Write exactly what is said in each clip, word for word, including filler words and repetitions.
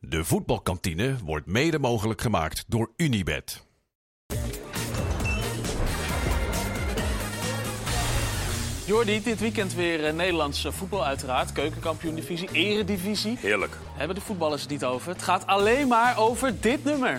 De voetbalkantine wordt mede mogelijk gemaakt door Unibet. Jordi, dit weekend weer uh, Nederlands voetbal uiteraard. Keukenkampioen-divisie, eredivisie. Heerlijk. Hebben de voetballers het niet over. Het gaat alleen maar over dit nummer.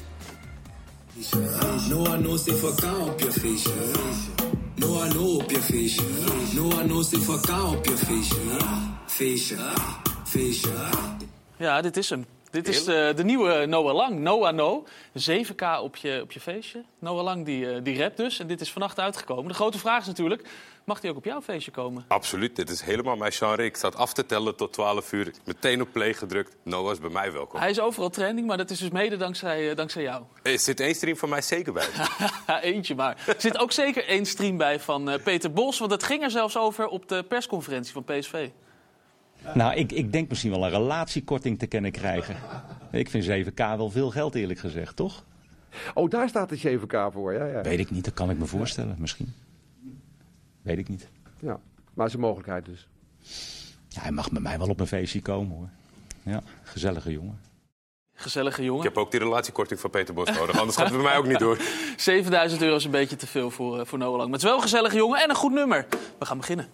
No one knows if I count op je feestje. No one knows op je feestje. No one knows if I count op je feestje. Feestje, feestje. Ja, dit is hem. Dit is de, de nieuwe Noah Lang. Noah No. zeven k op je, op je feestje. Noah Lang die, die rapt dus. En dit is vannacht uitgekomen. De grote vraag is natuurlijk, mag hij ook op jouw feestje komen? Absoluut. Dit is helemaal mijn genre. Ik zat af te tellen tot twaalf uur. Meteen op play gedrukt. Noah is bij mij welkom. Hij is overal trending, maar dat is dus mede dankzij, dankzij jou. Er zit één stream van mij zeker bij. Eentje maar. Er zit ook zeker één stream bij van uh, Peter Bos. Want het ging er zelfs over op de persconferentie van P S V. Nou, ik, ik denk misschien wel een relatiekorting te kunnen krijgen. Ik vind zeven k wel veel geld, eerlijk gezegd, toch? Oh, daar staat de zeven k voor, ja, ja. Weet ik niet, dat kan ik me voorstellen, misschien. Weet ik niet. Ja, maar het is een mogelijkheid dus. Ja, hij mag bij mij wel op een feestje komen, hoor. Ja, gezellige jongen. Gezellige jongen. Ik heb ook die relatiekorting van Peter Bos nodig, anders gaat het bij mij ook niet door. zevenduizend euro is een beetje te veel voor, uh, voor Noah Lang. Maar het is wel een gezellige jongen en een goed nummer. We gaan beginnen.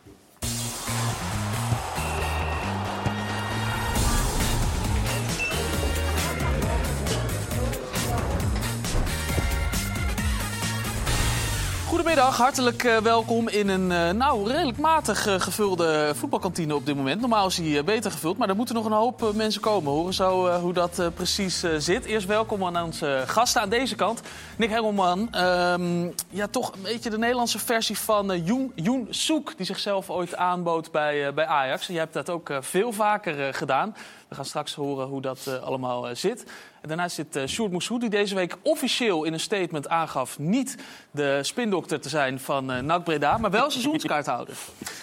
Goedemiddag, hartelijk uh, welkom in een uh, nou, redelijk matig uh, gevulde voetbalkantine op dit moment. Normaal is hij uh, beter gevuld, maar er moeten nog een hoop uh, mensen komen. Horen zo uh, hoe dat uh, precies uh, zit. Eerst welkom aan onze gasten aan deze kant. Nick Hengelman, um, ja, toch een beetje de Nederlandse versie van uh, Yoon, Yoon Soek, die zichzelf ooit aanbood bij, uh, bij Ajax. En jij hebt dat ook uh, veel vaker uh, gedaan. We gaan straks horen hoe dat uh, allemaal uh, zit. En daarnaast zit uh, Sjoerd Moussoud, die deze week officieel in een statement aangaf niet de spindokter te zijn van uh, N A C Breda, maar wel seizoenskaarthouder.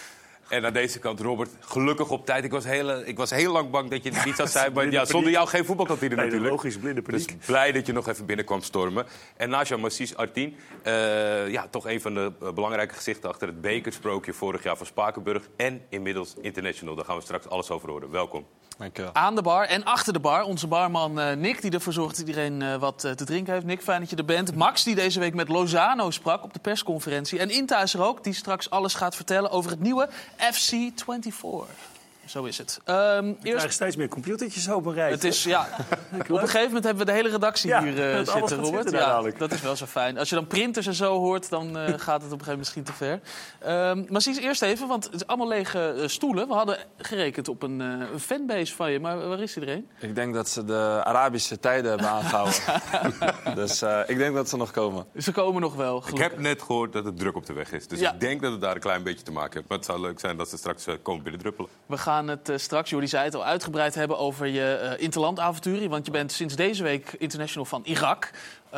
En aan deze kant, Robert, gelukkig op tijd. Ik was heel, ik was heel lang bang dat je het niet zou zijn. Maar ja, zonder jou geen voetbalkantine nee, natuurlijk. Logisch, blinde paniek. Dus blij dat je nog even binnenkwam stormen. En naast jou, Massis Artien. Uh, ja, toch een van de uh, belangrijke gezichten achter het bekersprookje vorig jaar van Spakenburg. En inmiddels international. Daar gaan we straks alles over horen. Welkom. Dankjewel. Aan de bar en achter de bar onze barman uh, Nick, die ervoor zorgt dat iedereen uh, wat uh, te drinken heeft. Nick, fijn dat je er bent. Max, die deze week met Lozano sprak op de persconferentie. En Inta is er ook, die straks alles gaat vertellen over het nieuwe F C vierentwintig. Zo is het. Um, We eerst... krijgen steeds meer computertjes op een rij. Het is, ja, op een gegeven moment hebben we de hele redactie ja, hier uh, zitten, Robert. Zitten ja, dat is wel zo fijn. Als je dan printers en zo hoort, dan uh, gaat het op een gegeven moment misschien te ver. Um, maar zie eens eerst even, want het is allemaal lege uh, stoelen. We hadden gerekend op een, uh, een fanbase van je, maar waar is iedereen? Ik denk dat ze de Arabische tijden hebben aangehouden. Dus uh, ik denk dat ze nog komen. Ze komen nog wel, gelukkig. Ik heb net gehoord dat het druk op de weg is. Dus ja. ik denk dat het daar een klein beetje te maken heeft. Maar het zou leuk zijn dat ze straks uh, komen binnendruppelen. We gaan het uh, straks, Jordi zei het al, uitgebreid hebben over je uh, interlandavonturen. Want je bent sinds deze week international van Irak.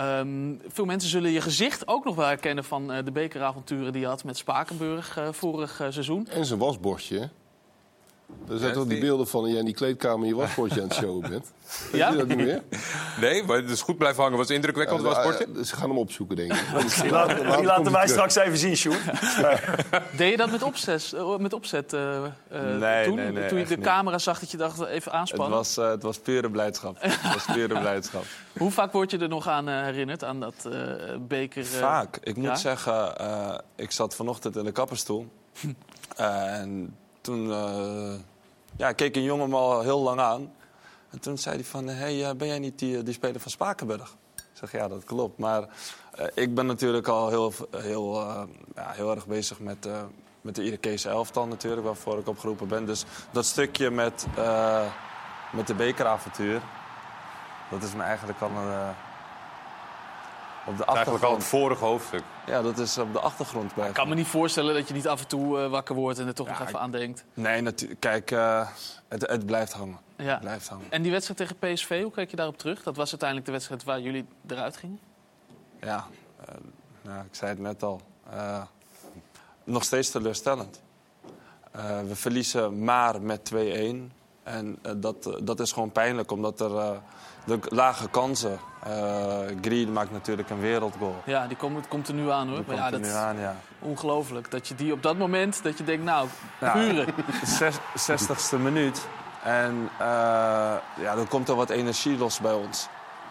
Um, veel mensen zullen je gezicht ook nog wel herkennen van uh, de bekeravonturen die je had met Spakenburg uh, vorig uh, seizoen. En zijn wasbordje, hè? Er zijn toch die beelden van je in die kleedkamer je wasbordje aan het showen bent. Weet ja? je dat niet meer? Nee, maar het is goed blijven hangen. Was indrukwekkend, ja, het wasbordje? Ja, ze gaan hem opzoeken, denk ik. Die laten, die laten wij straks even zien, Sjoerd. Deed je dat met opzet, met opzet uh, uh, nee, toen? Nee, nee, toen je de niet. camera zag dat je dacht, even aanspannen? Het was, uh, het was pure blijdschap. Het was pure blijdschap. Hoe vaak word je er nog aan uh, herinnerd, aan dat uh, beker? Uh, Vaak. Ik moet ja? zeggen, uh, ik zat vanochtend in de kapperstoel. uh, en toen uh, ja, keek een jongen me al heel lang aan. En toen zei hij van, hey, uh, ben jij niet die, die speler van Spakenburg? Ik zeg, ja, dat klopt. Maar uh, ik ben natuurlijk al heel, heel, uh, ja, heel erg bezig met, uh, met de Irakese elftal natuurlijk, waarvoor ik opgeroepen ben. Dus dat stukje met, uh, met de bekeravontuur, dat is me eigenlijk al uh, op de achtergrond. Eigenlijk al het vorige hoofdstuk. Ja, dat is op de achtergrond bij. Ik kan me niet voorstellen dat je niet af en toe uh, wakker wordt en er toch ja, nog even aan denkt. Nee, natuurlijk. Kijk, uh, het, het blijft hangen. Ja. Het blijft hangen. En die wedstrijd tegen P S V, hoe kijk je daarop terug? Dat was uiteindelijk de wedstrijd waar jullie eruit gingen? Ja, uh, nou, ik zei het net al. Uh, nog steeds teleurstellend. Uh, we verliezen maar met twee-een. En uh, dat, uh, dat is gewoon pijnlijk, omdat er uh, de lage kansen... Uh, Green maakt natuurlijk een wereldgoal. Ja, die komt, komt er nu aan, hoor. Die maar komt ja, er dat nu aan, ja. Ongelooflijk. Dat je die op dat moment, dat je denkt, nou, Ja, puren. Zes, zestigste minuut. En uh, ja, dan komt er wat energie los bij ons.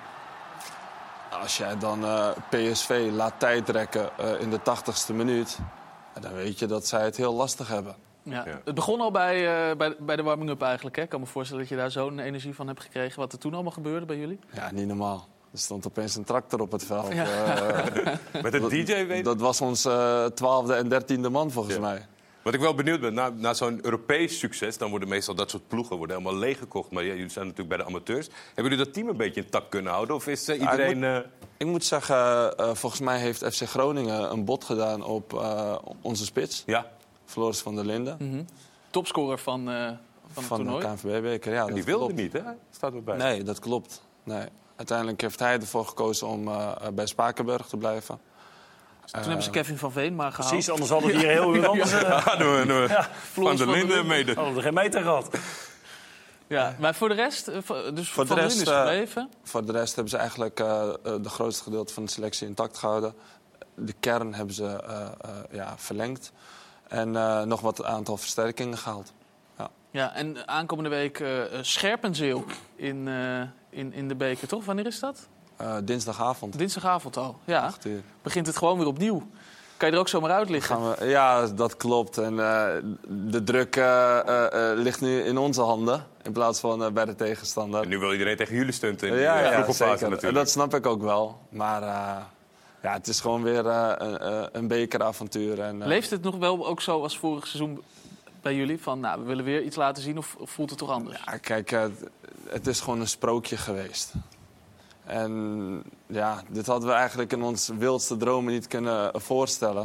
Als jij dan uh, P S V laat tijdrekken uh, in de tachtigste minuut... dan weet je dat zij het heel lastig hebben. Ja. Ja. Het begon al bij, uh, bij, bij de warming-up eigenlijk. Hè? Ik kan me voorstellen dat je daar zo'n energie van hebt gekregen. Wat er toen allemaal gebeurde bij jullie? Ja, niet normaal. Er stond opeens een tractor op het veld. Ja. Uh, Met een D J, weet je? Dat was ons uh, twaalfde en dertiende man, volgens ja. mij. Wat ik wel benieuwd ben, na, na zo'n Europees succes... dan worden meestal dat soort ploegen worden helemaal leeggekocht. Maar ja, jullie zijn natuurlijk bij de amateurs. Hebben jullie dat team een beetje intact kunnen houden? Of is uh, iedereen... Ja, ik, moet, uh... ik moet zeggen, uh, volgens mij heeft F C Groningen een bod gedaan op uh, onze spits. Ja. Floris van der Linden. Mm-hmm. Topscorer van, uh, van het van toernooi. Van de K N V B-beker, ja. En die wilde niet, hè? Staat erbij. Nee, dat klopt. Nee. Uiteindelijk heeft hij ervoor gekozen om uh, bij Spakenburg te blijven. Toen uh, hebben ze Kevin van Veen maar gehaald. Precies, anders hadden we hier heel uur anders... Uh, ja, doen we, doen we. Ja, van der Linden mede. Hadden we geen meter gehad. Ja, maar voor de rest, dus voor van de de rest, is gebleven? Uh, voor de rest hebben ze eigenlijk uh, de grootste gedeelte van de selectie intact gehouden. De kern hebben ze uh, uh, ja, verlengd. En uh, nog wat aantal versterkingen gehaald. Ja, ja en aankomende week uh, Scherpenzeel in, uh, in, in de beker, toch? Wanneer is dat? Uh, dinsdagavond. Dinsdagavond al, ja. Begint het gewoon weer opnieuw. Kan je er ook zomaar uit liggen? Gaan we, ja, dat klopt. En uh, de druk uh, uh, uh, ligt nu in onze handen. In plaats van uh, bij de tegenstander. En nu wil iedereen tegen jullie stunten in de ja, ja, groepenfase natuurlijk. En dat snap ik ook wel. Maar uh, ja, het is gewoon weer uh, een, een bekeravontuur. En, uh, Leeft het nog wel ook zo als vorig seizoen bij jullie? Van, nou, we willen weer iets laten zien, of, of voelt het toch anders? Ja, kijk, uh, het is gewoon een sprookje geweest. En ja, dit hadden we eigenlijk in onze wildste dromen niet kunnen voorstellen.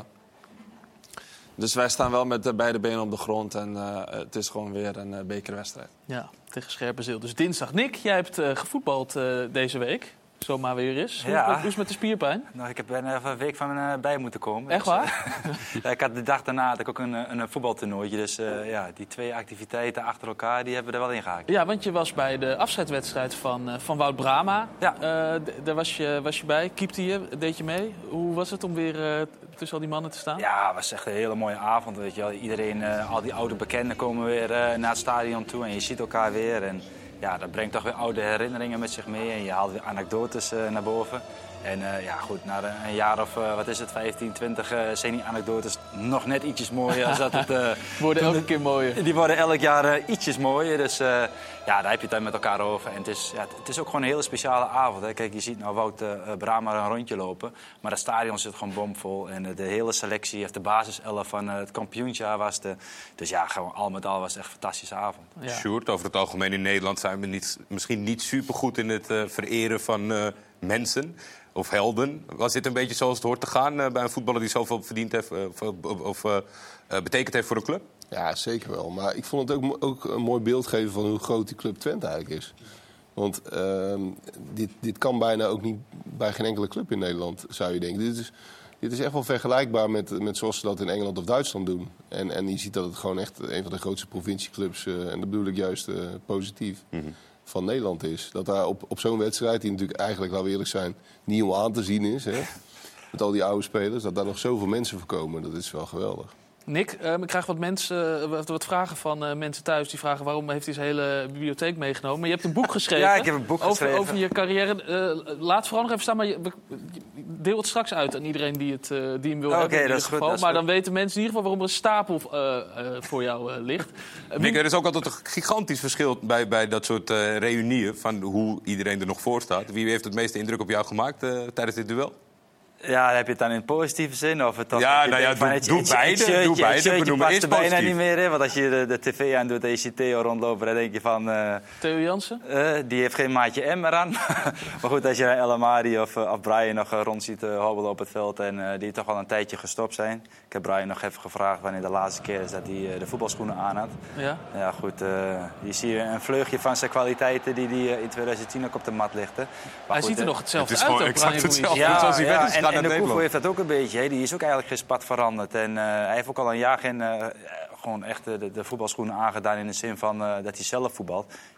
Dus wij staan wel met de beide benen op de grond. En uh, het is gewoon weer een uh, bekerwedstrijd. Ja, tegen Scherpenzeel. Dus dinsdag. Nick, jij hebt uh, gevoetbald uh, deze week. Zomaar weer eens. Ja. Hoe, hoe is het met de spierpijn? Nou, ik heb er even een week van uh, bij moeten komen. Echt dus, waar? Uh, ja, ik had de dag daarna had ik ook een, een voetbaltoernooitje. Dus uh, ja, die twee activiteiten achter elkaar, die hebben we er wel in gehaakt. Ja, want je was bij de afscheidswedstrijd van, uh, van Wout Brama. Ja. Uh, d- daar was je, was je bij. Keepte je, deed je mee. Hoe was het om weer uh, tussen al die mannen te staan? Ja, het was echt een hele mooie avond. Weet je wel. Iedereen, uh, al die oude bekenden komen weer uh, naar het stadion toe. En je ziet elkaar weer. En ja, dat brengt toch weer oude herinneringen met zich mee. En je haalt weer anekdotes uh, naar boven. En uh, ja, goed, na een jaar of, uh, wat is het, vijftien, twintig uh, zijn die anekdotes nog net ietsjes mooier. Als dat het, uh, worden elke keer mooier. Die worden elk jaar uh, ietsjes mooier. Dus uh, ja, daar heb je het dan met elkaar over. En het is, ja, het is ook gewoon een hele speciale avond. Hè. Kijk, je ziet nou Wout uh, Brama een rondje lopen. Maar het stadion zit gewoon bomvol. En uh, de hele selectie heeft de basiself van uh, het kampioensjaar was de. Dus ja, gewoon al met al was het echt een fantastische avond. Ja. Sjoerd, over het algemeen in Nederland zijn we niet, misschien niet supergoed in het uh, vereren van uh, mensen. Of helden. Was dit een beetje zoals het hoort te gaan uh, bij een voetballer die zoveel verdiend heeft uh, of, of uh, uh, betekend heeft voor een club? Ja, zeker wel. Maar ik vond het ook, ook een mooi beeld geven van hoe groot die club Twente eigenlijk is. Want uh, dit, dit kan bijna ook niet bij geen enkele club in Nederland, zou je denken. Dit is, dit is echt wel vergelijkbaar met, met zoals ze dat in Engeland of Duitsland doen. En, en je ziet dat het gewoon echt een van de grootste provincieclubs, uh, en dat bedoel ik juist uh, positief, mm-hmm. van Nederland is. Dat daar op, op zo'n wedstrijd, die natuurlijk eigenlijk, laten we eerlijk zijn, niet om aan te zien is, hè, met al die oude spelers, dat daar nog zoveel mensen voor komen, dat is wel geweldig. Nick, uh, ik krijg wat, mensen, uh, wat, wat vragen van uh, mensen thuis. Die vragen waarom heeft hij zijn hele bibliotheek meegenomen. Maar je hebt een boek geschreven. Ja, ik heb een boek over, geschreven. Over je carrière. Uh, laat vooral nog even staan, maar je, deel het straks uit aan iedereen die, het, uh, die hem wil okay, hebben. In dat dit is geval. goed, dat maar is dan weten mensen in ieder geval waarom er een stapel uh, uh, voor jou uh, ligt. Uh, Nick, er is ook altijd een gigantisch verschil bij, bij dat soort uh, reunieën. Van hoe iedereen er nog voor staat. Wie heeft het meeste indruk op jou gemaakt uh, tijdens dit duel? Ja, heb je het dan in positieve zin? Of het toch, ja, nou ja, doe, het, doe het, beide. Het, het, doe beide. Het shirtje past er bijna positief. niet meer in. Want als je de, de tv aan doet en je ziet Theo rondlopen, dan denk je van... Uh, Theo Jansen? Uh, die heeft geen maatje M eraan. Maar goed, als je El Amadi of, of Brian nog uh, rond ziet uh, hobbelen op het veld... en uh, die toch al een tijdje gestopt zijn. Ik heb Brian nog even gevraagd wanneer de laatste keer is dat hij uh, de voetbalschoenen aan had. Ja? Ja, goed. Uh, hier zie je een vleugje van zijn kwaliteiten die hij uh, in twintig tien ook op de mat ligt. Maar hij goed, ziet er uh, nog hetzelfde het is uit. Gewoon exact hetzelfde. Ja, zoals hij ja, werd is en, en de Koevo heeft dat ook een beetje. Hè. Die is ook eigenlijk geen spat veranderd. En uh, hij heeft ook al een jaar geen, uh, gewoon echt de, de voetbalschoenen aangedaan in de zin van uh, dat hij zelf voetbalt.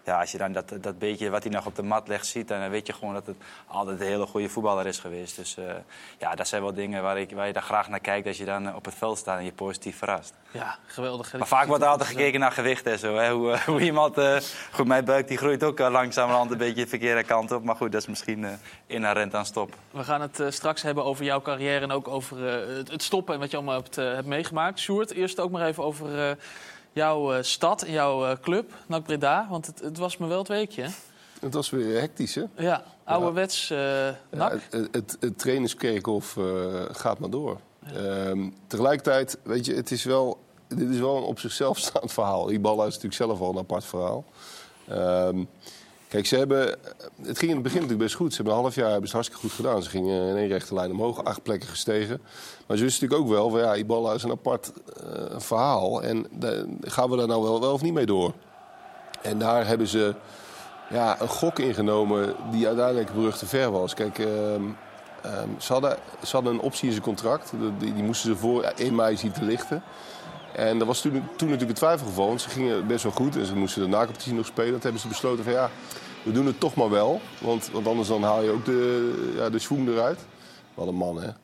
ja, als je dan dat, dat beetje wat hij nog op de mat legt ziet... dan weet je gewoon dat het altijd een hele goede voetballer is geweest. Dus uh, ja, dat zijn wel dingen waar, ik, waar je daar graag naar kijkt... als je dan op het veld staat en je positief verrast. Ja, geweldig. Maar vaak wordt er altijd gekeken naar gewicht en zo. Hè? Hoe, uh, hoe iemand... Uh, goed, mijn buik die groeit ook uh, langzamerhand een beetje de verkeerde kant op. Maar goed, dat is misschien uh, inherent aan stop. We gaan het uh, straks hebben over jouw carrière en ook over uh, het, het stoppen... en wat je allemaal hebt, uh, hebt meegemaakt. Sjoerd, eerst ook maar even over... Uh, jouw uh, stad en jouw uh, club, N A C Breda. Want het, het was me wel het weekje, hè? Het was weer hectisch, hè? Ja, ouderwets uh, N A C. Ja, het, het, het trainerskerkhof uh, gaat maar door. Ja. Um, tegelijkertijd, weet je, het is wel, dit is wel een op zichzelf staand verhaal. Ibala is natuurlijk zelf al een apart verhaal. Um, kijk, ze hebben... Het ging in het begin natuurlijk best goed. Ze hebben een half jaar hebben ze hartstikke goed gedaan. Ze gingen in één rechte lijn omhoog, acht plekken gestegen. Maar ze wisten natuurlijk ook wel van ja, Ibala is een apart uh, verhaal. En de, gaan we daar nou wel, wel of niet mee door? En daar hebben ze ja, een gok ingenomen die uiteindelijk brug te ver was. Kijk, uh, um, ze, hadden, ze hadden een optie in zijn contract. Die, die moesten ze voor één mei zien te lichten. En dat was toen, toen natuurlijk het twijfelgeval. Want ze gingen best wel goed en ze moesten de na-competitie nog spelen. Dat hebben ze besloten van ja, we doen het toch maar wel. Want, want anders dan haal je ook de, ja, de schwung eruit. Wat een man, hè?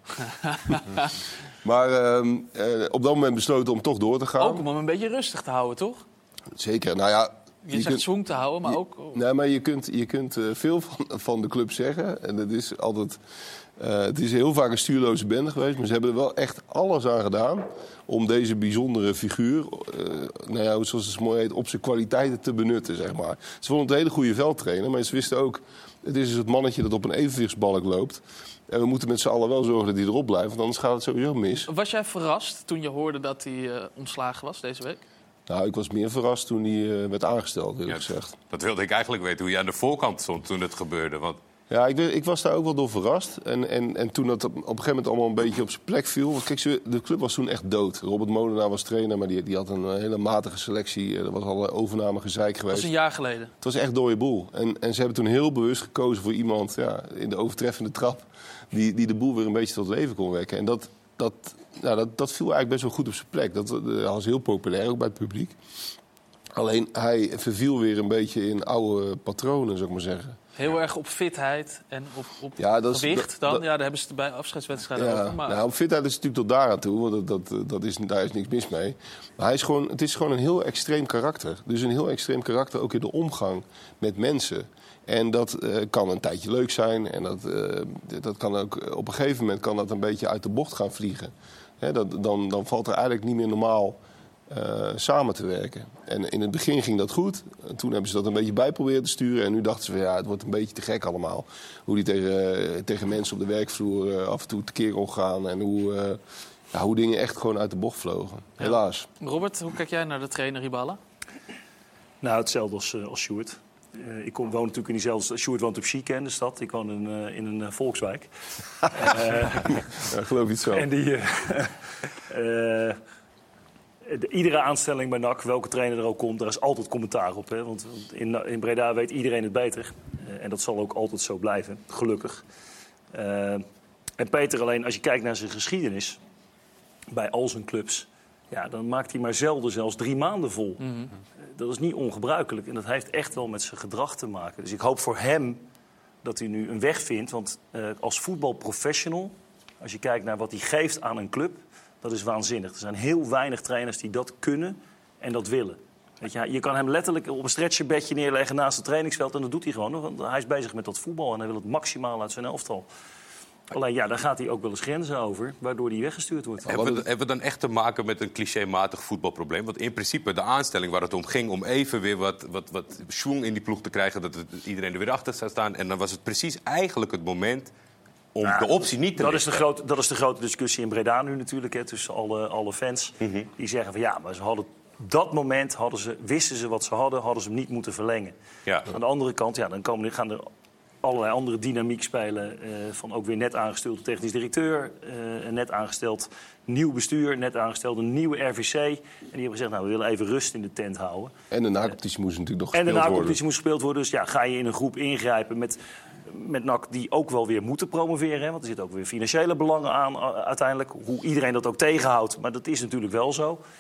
Maar uh, uh, op dat moment besloten om toch door te gaan. Ook om hem een beetje rustig te houden, toch? Zeker. Nou ja... Je, je zegt kunt, zwang te houden, maar je, ook... Nee, maar je kunt, je kunt uh, veel van, van de club zeggen. En dat is altijd... Uh, het is heel vaak een stuurloze bende geweest. Maar ze hebben er wel echt alles aan gedaan om deze bijzondere figuur, uh, nou ja, zoals het mooi heet, op zijn kwaliteiten te benutten, zeg maar. Ze vonden het een hele goede veldtrainer, maar ze wisten ook, het is dus het mannetje dat op een evenwichtsbalk loopt. En we moeten met z'n allen wel zorgen dat hij erop blijft, want anders gaat het sowieso mis. Was jij verrast toen je hoorde dat hij uh, ontslagen was deze week? Nou, ik was meer verrast toen hij uh, werd aangesteld, eerlijk ja, gezegd. Dat wilde ik eigenlijk weten, hoe je aan de voorkant stond toen het gebeurde. Want... Ja, ik, ik was daar ook wel door verrast. En, en, en toen dat op een gegeven moment allemaal een beetje op zijn plek viel... Want kijk, de club was toen echt dood. Robert Molenaar was trainer, maar die, die had een hele matige selectie. Er was al een overname gezeik geweest. Dat was een jaar geleden. Het was echt dode boel. En, en ze hebben toen heel bewust gekozen voor iemand ja, in de overtreffende trap... Die, die de boel weer een beetje tot leven kon wekken. En dat, dat, nou, dat, dat viel eigenlijk best wel goed op zijn plek. Dat, dat was heel populair, ook bij het publiek. Alleen, hij verviel weer een beetje in oude patronen, zou ik maar zeggen. Heel erg op fitheid en op, op ja, dat is, gewicht dan? Dat, ja, daar hebben ze het bij afscheidswedstrijden ja, over. Maar... Nou, op fitheid is het natuurlijk tot daar aan toe, want dat, dat, dat is, daar is niks mis mee. Maar hij is gewoon, het is gewoon een heel extreem karakter. Dus een heel extreem karakter ook in de omgang met mensen. En dat uh, kan een tijdje leuk zijn. En dat, uh, dat kan ook, op een gegeven moment kan dat een beetje uit de bocht gaan vliegen. He, dat, dan, dan valt er eigenlijk niet meer normaal uh, samen te werken. En in het begin ging dat goed. En toen hebben ze dat een beetje bij proberen te sturen. En nu dachten ze van ja, het wordt een beetje te gek allemaal. Hoe die tegen, uh, tegen mensen op de werkvloer uh, af en toe tekeer kon gaan. En hoe, uh, ja, hoe dingen echt gewoon uit de bocht vlogen. Ja. Helaas. Robert, hoe kijk jij naar de trainer Ibala? Nou, hetzelfde als, uh, als Sjoerd. Uh, ik kom, woon natuurlijk in diezelfde... Sjoerd woont op Chique, de stad. Ik woon in, uh, in een uh, volkswijk. uh, ja, geloof je het zo. En die... Uh, uh, de, iedere aanstelling bij N A C, welke trainer er ook komt, daar is altijd commentaar op. Hè? Want in, in Breda weet iedereen het beter. Uh, en dat zal ook altijd zo blijven, gelukkig. Uh, en Peter, alleen als je kijkt naar zijn geschiedenis... bij al zijn clubs... ja, dan maakt hij maar zelden zelfs drie maanden vol. Mm-hmm. Dat is niet ongebruikelijk. En dat heeft echt wel met zijn gedrag te maken. Dus ik hoop voor hem dat hij nu een weg vindt. Want uh, als voetbalprofessional, als je kijkt naar wat hij geeft aan een club... dat is waanzinnig. Er zijn heel weinig trainers die dat kunnen en dat willen. Weet je, je kan hem letterlijk op een stretcherbedje neerleggen naast het trainingsveld... en dat doet hij gewoon. Want hij is bezig met dat voetbal en hij wil het maximaal uit zijn elftal. Alleen ja, daar gaat hij ook wel eens grenzen over, waardoor hij weggestuurd wordt. Hebben we, hebben we dan echt te maken met een clichématig voetbalprobleem? Want in principe de aanstelling waar het om ging... om even weer wat, wat, wat schwung in die ploeg te krijgen... dat het, iedereen er weer achter zou staan. En dan was het precies eigenlijk het moment om ja, de optie niet te dat is, de grote, dat is de grote discussie in Breda nu natuurlijk, hè, tussen alle, alle fans. Mm-hmm. Die zeggen van ja, maar ze hadden... dat moment hadden ze, wisten ze wat ze hadden, hadden ze hem niet moeten verlengen. Ja. Aan de andere kant, ja, dan komen, gaan er... allerlei andere dynamiek spelen. Uh, van ook weer net aangesteld technisch directeur. Uh, net aangesteld nieuw bestuur. Net aangesteld een nieuwe R V C. En die hebben gezegd, nou, we willen even rust in de tent houden. En de na-competitie moest natuurlijk nog gespeeld worden. En de worden. na-competitie moest gespeeld worden. Dus ja, ga je in een groep ingrijpen met, met N A C die ook wel weer moeten promoveren. Hè? Want er zitten ook weer financiële belangen aan uh, uiteindelijk. Hoe iedereen dat ook tegenhoudt. Maar dat is natuurlijk wel zo.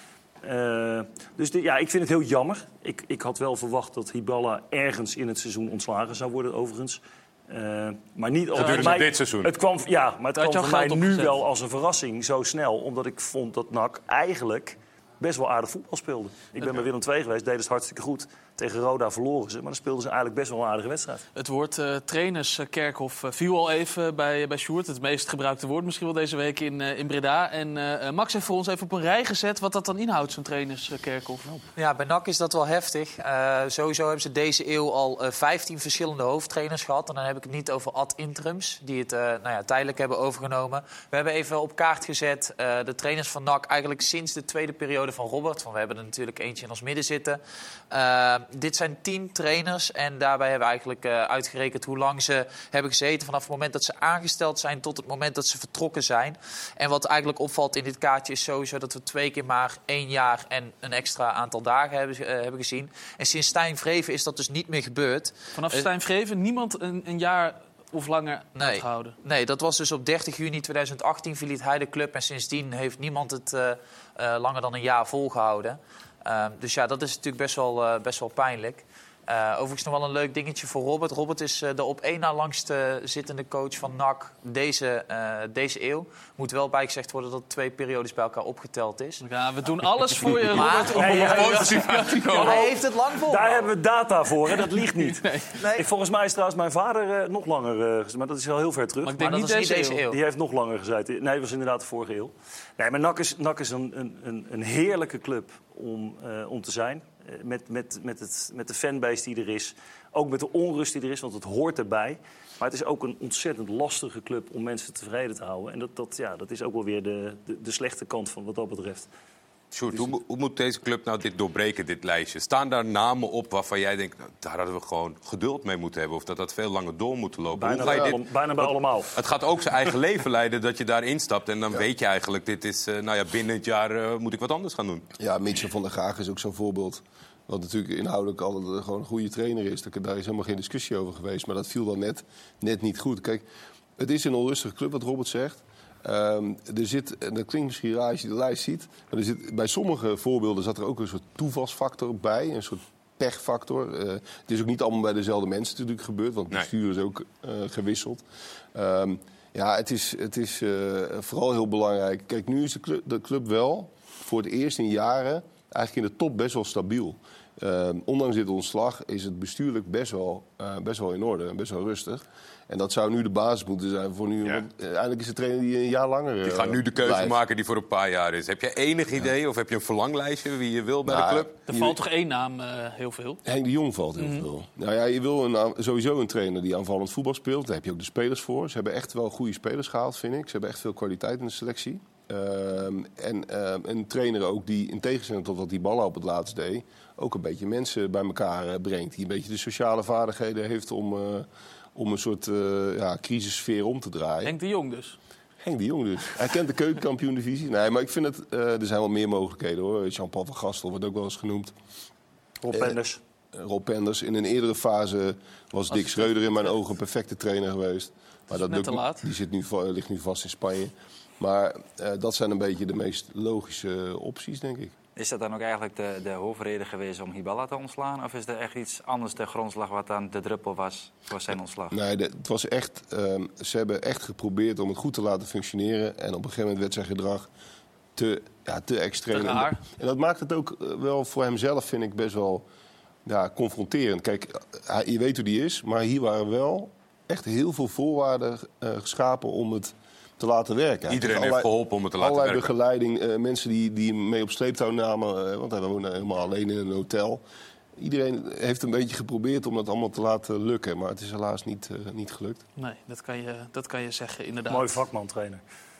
Uh, dus de, ja, ik vind het heel jammer. Ik, ik had wel verwacht dat Hiballa ergens in het seizoen ontslagen zou worden, overigens. Uh, maar niet gedurende mij, dit seizoen. Het kwam, ja, maar het kwam voor mij nu opgezet. wel als een verrassing zo snel. Omdat ik vond dat N A C eigenlijk best wel aardig voetbal speelde. Ik ben okay. bij Willem twee geweest, deden het hartstikke goed. Tegen Roda verloren ze, maar dan speelden ze eigenlijk best wel een aardige wedstrijd. Het woord uh, trainerskerkhof uh, viel al even bij, bij Sjoerd. Het meest gebruikte woord misschien wel deze week in, uh, in Breda. En uh, Max heeft voor ons even op een rij gezet wat dat dan inhoudt, zo'n trainerskerkhof. Ja, bij N A C is dat wel heftig. Uh, sowieso hebben ze deze eeuw al uh, vijftien verschillende hoofdtrainers gehad. En dan heb ik het niet over ad interims, die het uh, nou ja, tijdelijk hebben overgenomen. We hebben even op kaart gezet uh, de trainers van N A C eigenlijk sinds de tweede periode van Robert. Want we hebben er natuurlijk eentje in ons midden zitten. Uh, Dit zijn tien trainers en daarbij hebben we eigenlijk uh, uitgerekend hoe lang ze hebben gezeten vanaf het moment dat ze aangesteld zijn tot het moment dat ze vertrokken zijn. En wat eigenlijk opvalt in dit kaartje is sowieso dat we twee keer maar één jaar en een extra aantal dagen hebben, uh, hebben gezien. En sinds Stijn Vreven is dat dus niet meer gebeurd. Vanaf Stijn Vreven niemand een, een jaar of langer nee, uitgehouden? Nee, dat was dus op dertig juni tweeduizend achttien verliet hij de club en sindsdien heeft niemand het uh, uh, langer dan een jaar volgehouden. Uh, dus ja, dat is natuurlijk best wel, uh, best wel pijnlijk. Uh, overigens nog wel een leuk dingetje voor Robert. Robert is uh, de op één na langst uh, zittende coach van N A C deze, uh, deze eeuw. Moet wel bijgezegd worden dat twee periodes bij elkaar opgeteld is. Ja, we doen alles voor je, Robert, om op een positief te komen. Hij heeft het lang vol. Daar hebben we data voor, hè? Dat liegt niet. Nee. Nee. Ik, volgens mij is trouwens mijn vader uh, nog langer, uh, maar dat is wel heel ver terug. Maar ik denk maar niet dat deze, is niet deze eeuw. eeuw. Die heeft nog langer gezeten. Nee, dat was inderdaad de vorige eeuw. Nee, maar N A C is, N A C is een, een, een heerlijke club om, uh, om te zijn. Uh, met, met, met, het, met de fanbase die er is. Ook met de onrust die er is, want het hoort erbij. Maar het is ook een ontzettend lastige club om mensen tevreden te houden. En dat, dat, ja, dat is ook wel weer de, de, de slechte kant van wat dat betreft. Sjoerd, hoe, hoe moet deze club nou dit doorbreken, dit lijstje? Staan daar namen op waarvan jij denkt, nou, daar hadden we gewoon geduld mee moeten hebben? Of dat dat veel langer door moet lopen? Bijna, hoe ga je bij, dit... alle, bijna bij allemaal. Het gaat ook zijn eigen leven leiden dat je daarin stapt. En dan ja. weet je eigenlijk, dit is, uh, nou ja, binnen het jaar uh, moet ik wat anders gaan doen. Ja, Mitchell van der Gaag is ook zo'n voorbeeld. Wat natuurlijk inhoudelijk altijd gewoon een goede trainer is. Daar is helemaal geen discussie over geweest. Maar dat viel dan net, net niet goed. Kijk, het is een onrustige club, wat Robert zegt. Um, er zit, en dat klinkt misschien raar als je de lijst ziet... maar er zit, bij sommige voorbeelden zat er ook een soort toevalsfactor bij. Een soort pechfactor. Uh, het is ook niet allemaal bij dezelfde mensen natuurlijk gebeurd... want het bestuur is ook uh, gewisseld. Um, ja, het is, het is uh, vooral heel belangrijk. Kijk, nu is de club, de club wel voor het eerst in jaren... eigenlijk in de top best wel stabiel. Uh, ondanks dit ontslag is het bestuurlijk best wel, uh, best wel in orde en best wel rustig. En dat zou nu de basis moeten zijn voor nu. Ja. Want, uh, eigenlijk is de trainer die een jaar langer uh, Die gaat nu de keuze blijft. maken die voor een paar jaar is. Heb je enig idee ja. of heb je een verlanglijstje wie je wil bij nou, de club? Er valt toch één naam uh, heel veel? Henk de Jong valt heel mm. veel. Nou ja, je wil een, sowieso een trainer die aanvallend voetbal speelt. Daar heb je ook de spelers voor. Ze hebben echt wel goede spelers gehaald, vind ik. Ze hebben echt veel kwaliteit in de selectie. Uh, en uh, een trainer ook die, in tegenstelling tot wat die ballen op het laatst deed... ook een beetje mensen bij elkaar uh, brengt. Die een beetje de sociale vaardigheden heeft om, uh, om een soort uh, ja, crisissfeer om te draaien. Henk de Jong dus? Henk de Jong dus. Hij kent de keukenkampioen-divisie. Nee, maar ik vind het... Uh, er zijn wel meer mogelijkheden, hoor. Jean-Paul van Gastel wordt ook wel eens genoemd. Rob Penders. Uh, Rob Penders. In een eerdere fase was Dick Schreuder in mijn ogen een perfecte trainer geweest. Maar dat net te laat. Die zit nu, ligt nu vast in Spanje. Maar uh, dat zijn een beetje de meest logische opties, denk ik. Is dat dan ook eigenlijk de, de hoofdreden geweest om Hiballa te ontslaan? Of is er echt iets anders de grondslag wat dan de druppel was voor zijn ontslag? Nee, de, het was echt, um, ze hebben echt geprobeerd om het goed te laten functioneren. En op een gegeven moment werd zijn gedrag te, ja, te extreem. Te raar. En dat maakt het ook wel voor hemzelf, vind ik, best wel ja, confronterend. Kijk, hij, je weet hoe die is, maar hier waren wel echt heel veel voorwaarden uh, geschapen om het... te laten werken. Iedereen allerlei, heeft geholpen om het te laten allerlei werken. begeleiding, uh, mensen die, die hem mee op sleeptouw namen... Uh, want hij woonde helemaal alleen in een hotel. Iedereen heeft een beetje geprobeerd om dat allemaal te laten lukken. Maar het is helaas niet, uh, niet gelukt. Nee, dat kan je, dat kan je zeggen, inderdaad. Mooi vakman, trainer.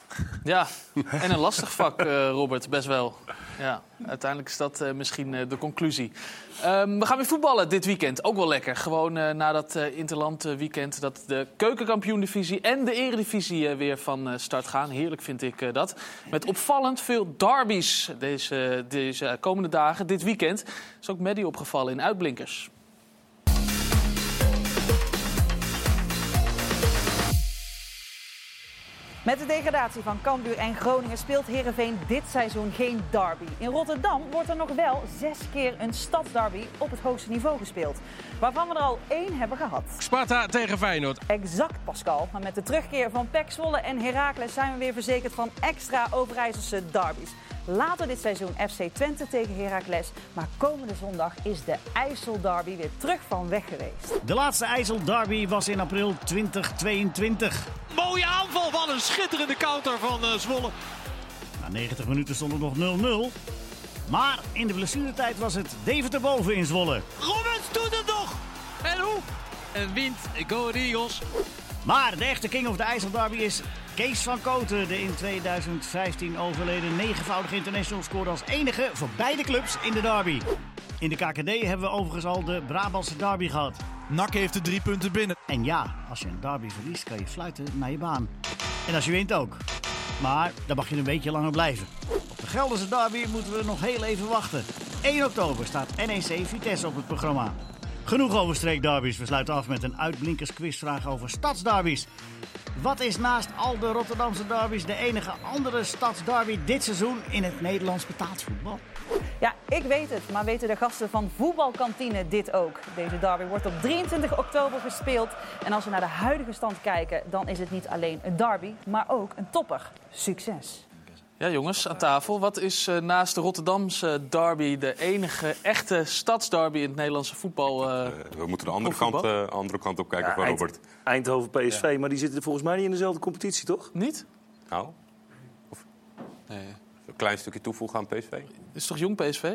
Ja, en een lastig vak, uh, Robert, best wel. Ja, uiteindelijk is dat uh, misschien uh, de conclusie. Um, we gaan weer voetballen dit weekend. Ook wel lekker. Gewoon uh, na dat uh, interland uh, weekend dat de keukenkampioen-divisie en de eredivisie uh, weer van uh, start gaan. Heerlijk vind ik uh, dat. Met opvallend veel derbies deze, deze komende dagen, dit weekend. Is ook Maddie opgevallen in Uitblinkers. Met de degradatie van Cambuur en Groningen speelt Heerenveen dit seizoen geen derby. In Rotterdam wordt er nog wel zes keer een stadsderby op het hoogste niveau gespeeld. Waarvan we er al één hebben gehad. Sparta tegen Feyenoord. Exact, Pascal. Maar met de terugkeer van P E C Zwolle en Heracles zijn we weer verzekerd van extra Overijsselse derbies. Later dit seizoen F C Twente tegen Heracles. Maar komende zondag is de IJsselderby weer terug van weg geweest. De laatste IJsselderby was in april twintig tweeëntwintig. Mooie aanval van een schitterende counter van uh, Zwolle. Na negentig minuten stond het nog nul nul. Maar in de blessuretijd was het Deventer boven in Zwolle. Robbins doet het nog! En hoe? En wint Go Ahead Eagles. Maar de echte king of de IJsselderby is Kees van Kooten. De in tweeduizend vijftien overleden negenvoudige international scoorde als enige voor beide clubs in de derby. In de K K D hebben we overigens al de Brabantse derby gehad. N A C heeft de drie punten binnen. En ja, als je een derby verliest kan je fluiten naar je baan. En als je wint ook. Maar dan mag je een beetje langer blijven. Op de Gelderse derby moeten we nog heel even wachten. één oktober staat N E C Vitesse op het programma. Genoeg over streekderbies. We sluiten af met een uitblinkersquizvraag over stadsderbies. Wat is naast al de Rotterdamse derbies de enige andere stadsderby dit seizoen in het Nederlands betaald voetbal? Ja, ik weet het, maar weten de gasten van Voetbalkantine dit ook? Deze derby wordt op drieëntwintig oktober gespeeld. En als we naar de huidige stand kijken, dan is het niet alleen een derby, maar ook een topper. Succes! Ja, jongens, aan tafel. Wat is uh, naast de Rotterdamse derby de enige echte stadsderby in het Nederlandse voetbal? Uh, uh, we moeten de andere kant, uh, andere kant op kijken, ja, van Robert. Eindhoven P S V, ja. Maar die zitten volgens mij niet in dezelfde competitie, toch? Niet? Nou, of... Nee. Een klein stukje toevoegen aan P S V. Is toch jong P S V?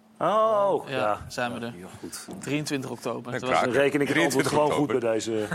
Oh, ja, ja. Zijn we er. Ja, goed. drieëntwintig oktober. Ja, was... Dan reken ik het antwoord gewoon goed bij deze...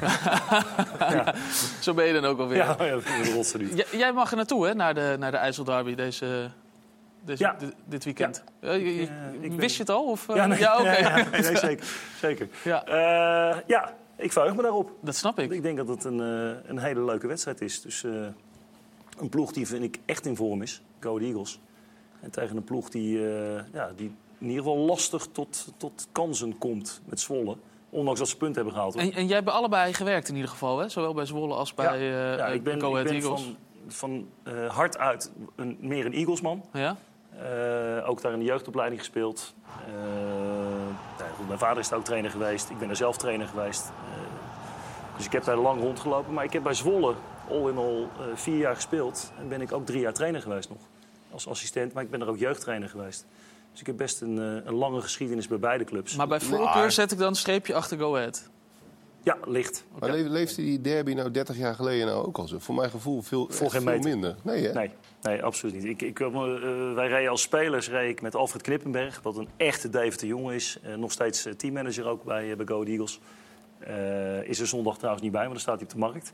ja. Zo ben je dan ook alweer. Ja, ja, de rotsen niet. J- jij mag er naartoe, hè, naar de, naar de IJsselderby deze, deze, ja. dit, dit weekend. Ja. Uh, je, uh, wist ben... je het al? Of, uh... Ja, nee, ja, okay. ja, ja, nee, zeker. zeker. Ja. Uh, ja, ik verheug me daarop. Dat snap ik. Ik denk dat het een, uh, een hele leuke wedstrijd is. Dus uh, een ploeg die vind ik echt in vorm is. Go Ahead Eagles. En tegen een ploeg die... Uh, ja, die in ieder geval lastig tot, tot kansen komt met Zwolle. Ondanks dat ze punten hebben gehaald. En, en jij hebt allebei gewerkt in ieder geval, hè? Zowel bij Zwolle als bij ja, uh, ja, ik ben, Go Ahead Eagles. Ik ben van, van uh, hart uit een, meer een Eaglesman. Ja? Uh, ook daar in de jeugdopleiding gespeeld. Uh, nou, goed, mijn vader is daar ook trainer geweest. Ik ben er zelf trainer geweest. Uh, dus ik heb daar lang rondgelopen. Maar ik heb bij Zwolle all in all uh, vier jaar gespeeld. En ben ik ook drie jaar trainer geweest nog. Als assistent, maar ik ben er ook jeugdtrainer geweest. Dus ik heb best een, een lange geschiedenis bij beide clubs. Maar bij voorkeur maar... zet ik dan een streepje achter Go Ahead? Ja, licht. Maar okay. leefde die derby nou dertig jaar geleden nou ook al zo? Voor mijn gevoel veel, veel minder. Nee, hè? Nee, nee, absoluut niet. Ik, ik, uh, wij reden als spelers reed ik met Alfred Knippenberg, wat een echte Deventer jongen is. Uh, nog steeds uh, teammanager ook bij, uh, bij Go Ahead Eagles. Uh, is er zondag trouwens niet bij, maar dan staat hij op de markt.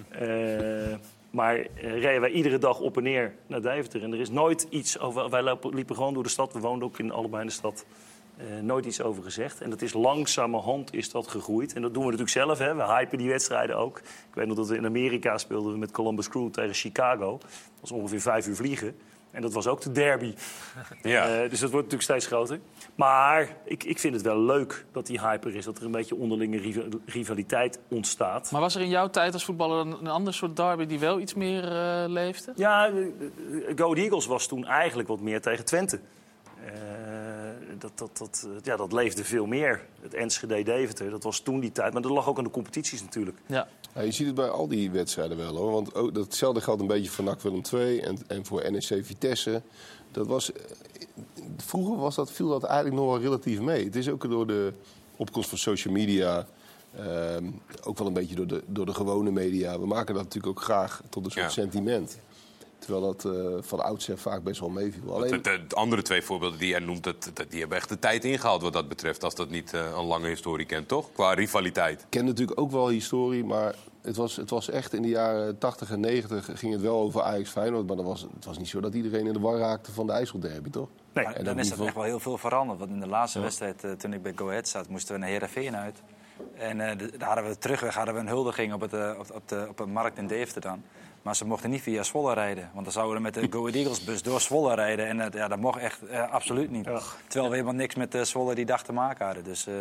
Uh, Maar uh, reden wij iedere dag op en neer naar Deventer. En er is nooit iets over... Wij lopen, liepen gewoon door de stad. We woonden ook in allebei in de stad. Uh, nooit iets over gezegd. En dat is langzamerhand is dat gegroeid. En dat doen we natuurlijk zelf. Hè. We hypen die wedstrijden ook. Ik weet nog dat we in Amerika speelden met Columbus Crew tegen Chicago. Dat was ongeveer vijf uur vliegen. En dat was ook de derby. Ja. Uh, dus dat wordt natuurlijk steeds groter. Maar ik, ik vind het wel leuk dat die hype er is. Dat er een beetje onderlinge rivaliteit ontstaat. Maar was er in jouw tijd als voetballer een ander soort derby die wel iets meer uh, leefde? Ja, Go Ahead Eagles was toen eigenlijk wat meer tegen Twente. Uh, dat, dat, dat, ja, dat leefde veel meer. Het Enschede Deventer, dat was toen die tijd. Maar dat lag ook aan de competities natuurlijk. Ja. Ja, je ziet het bij al die wedstrijden wel, hoor. Want ook, datzelfde geldt een beetje voor N A C Willem twee en, en voor N E C Vitesse. Dat was, vroeger was dat, viel dat eigenlijk nog wel relatief mee. Het is ook door de opkomst van social media, uh, ook wel een beetje door de, door de gewone media. We maken dat natuurlijk ook graag tot een soort ja. sentiment. Terwijl dat uh, van oudsher vaak best wel meeviel. Alleen... De, de andere twee voorbeelden die jij noemt, dat, dat, die hebben echt de tijd ingehaald wat dat betreft. Als dat niet uh, een lange historie kent, toch? Qua rivaliteit. Ik ken natuurlijk ook wel historie, maar het was, het was echt in de jaren tachtig en negentig ging het wel over Ajax Feyenoord. Maar dan was, het was niet zo dat iedereen in de war raakte van de IJsselderby, toch? Nee, en dan is er van... echt wel heel veel veranderd. Want in de laatste ja. wedstrijd, uh, toen ik bij Go Ahead zat, moesten we naar Heerenveen uit. En uh, de, daar hadden we terugweg hadden we een huldiging op, het, uh, op, op, de, op een markt in Deventer dan. Maar ze mochten niet via Zwolle rijden. Want dan zouden we met de Go Ahead Eagles bus door Zwolle rijden. En uh, ja, dat mocht echt uh, absoluut niet. Ach. Terwijl we helemaal niks met uh, Zwolle die dag te maken hadden. Dus uh,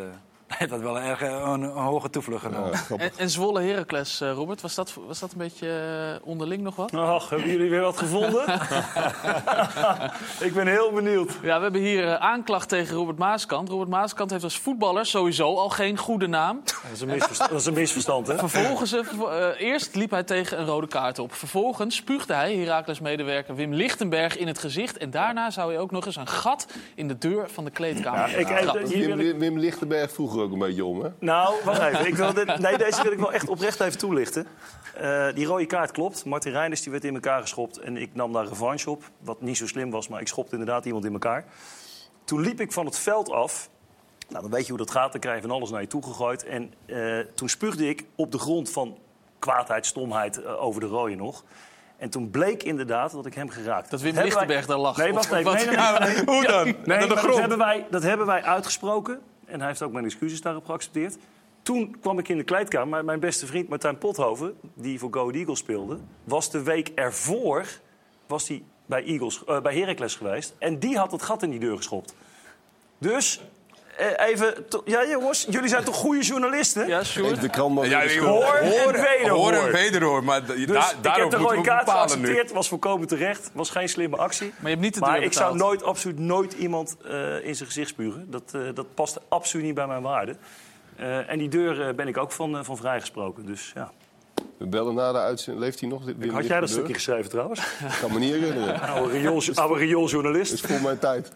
heeft dat wel een erg een, een hoge toevlucht genomen. Ja, en, en Zwolle Heracles, uh, Robert, was dat, was dat een beetje uh, onderling nog wat? Ach, hebben jullie weer wat gevonden? Ik ben heel benieuwd. Ja, we hebben hier uh, aanklacht tegen Robert Maaskant. Robert Maaskant heeft als voetballer sowieso al geen goede naam. Dat is een misverstand, dat is een misverstand hè? Vervolgens, uh, eerst liep hij tegen een rode kaart op. Vervolgens spuugde hij Heracles-medewerker Wim Lichtenberg in het gezicht. En daarna zou hij ook nog eens een gat in de deur van de kleedkamer. Ja, ik, ja, Wim, Wim, Wim Lichtenberg vroeg er ook een beetje om, hè? Nou, wacht even. Ik wil dit, nee, deze wil ik wel echt oprecht even toelichten. Uh, die rode kaart klopt. Martin Reinders die werd in elkaar geschopt en ik nam daar revanche op. Wat niet zo slim was, maar ik schopte inderdaad iemand in elkaar. Toen liep ik van het veld af. Nou, dan weet je hoe dat gaat. Dan krijg je van alles naar je toe gegooid. En uh, toen spuugde ik op de grond van kwaadheid, stomheid uh, over de rode nog. En toen bleek inderdaad dat ik hem geraakt. Dat Wim Lichtenberg daar lag. Nee, wacht even. Nee, nee, nee, nee, nee. Hoe dan? Nee, maar dat, hebben wij, dat hebben wij uitgesproken. En hij heeft ook mijn excuses daarop geaccepteerd. Toen kwam ik in de kleedkamer. Maar mijn beste vriend Martijn Pothoven, die voor Go Ahead Eagles speelde, was de week ervoor was hij bij, Eagles, uh, bij Heracles geweest. En die had het gat in die deur geschopt. Dus... Even, to, ja jongens, jullie zijn toch goede journalisten? Ja, Sjoerd. De krant maar ja, hoor, hoor en wederhoor. Hoor en wederhoor, maar da, dus daar, ik heb de rode kaart geaccepteerd, nu. was volkomen terecht. Was geen slimme actie. Maar je hebt niet de maar deur ik zou betaald. nooit, absoluut nooit iemand uh, in zijn gezicht spugen. Dat, uh, dat past absoluut niet bij mijn waarde. Uh, en die deur uh, ben ik ook van, uh, van vrijgesproken, dus ja. We bellen na de uitzending. Leeft hij nog? Wim Had jij dat stukje geschreven trouwens? Ik kan me niet herinneren. Oude riool, oude riooljournalist. Dat is voor mijn tijd.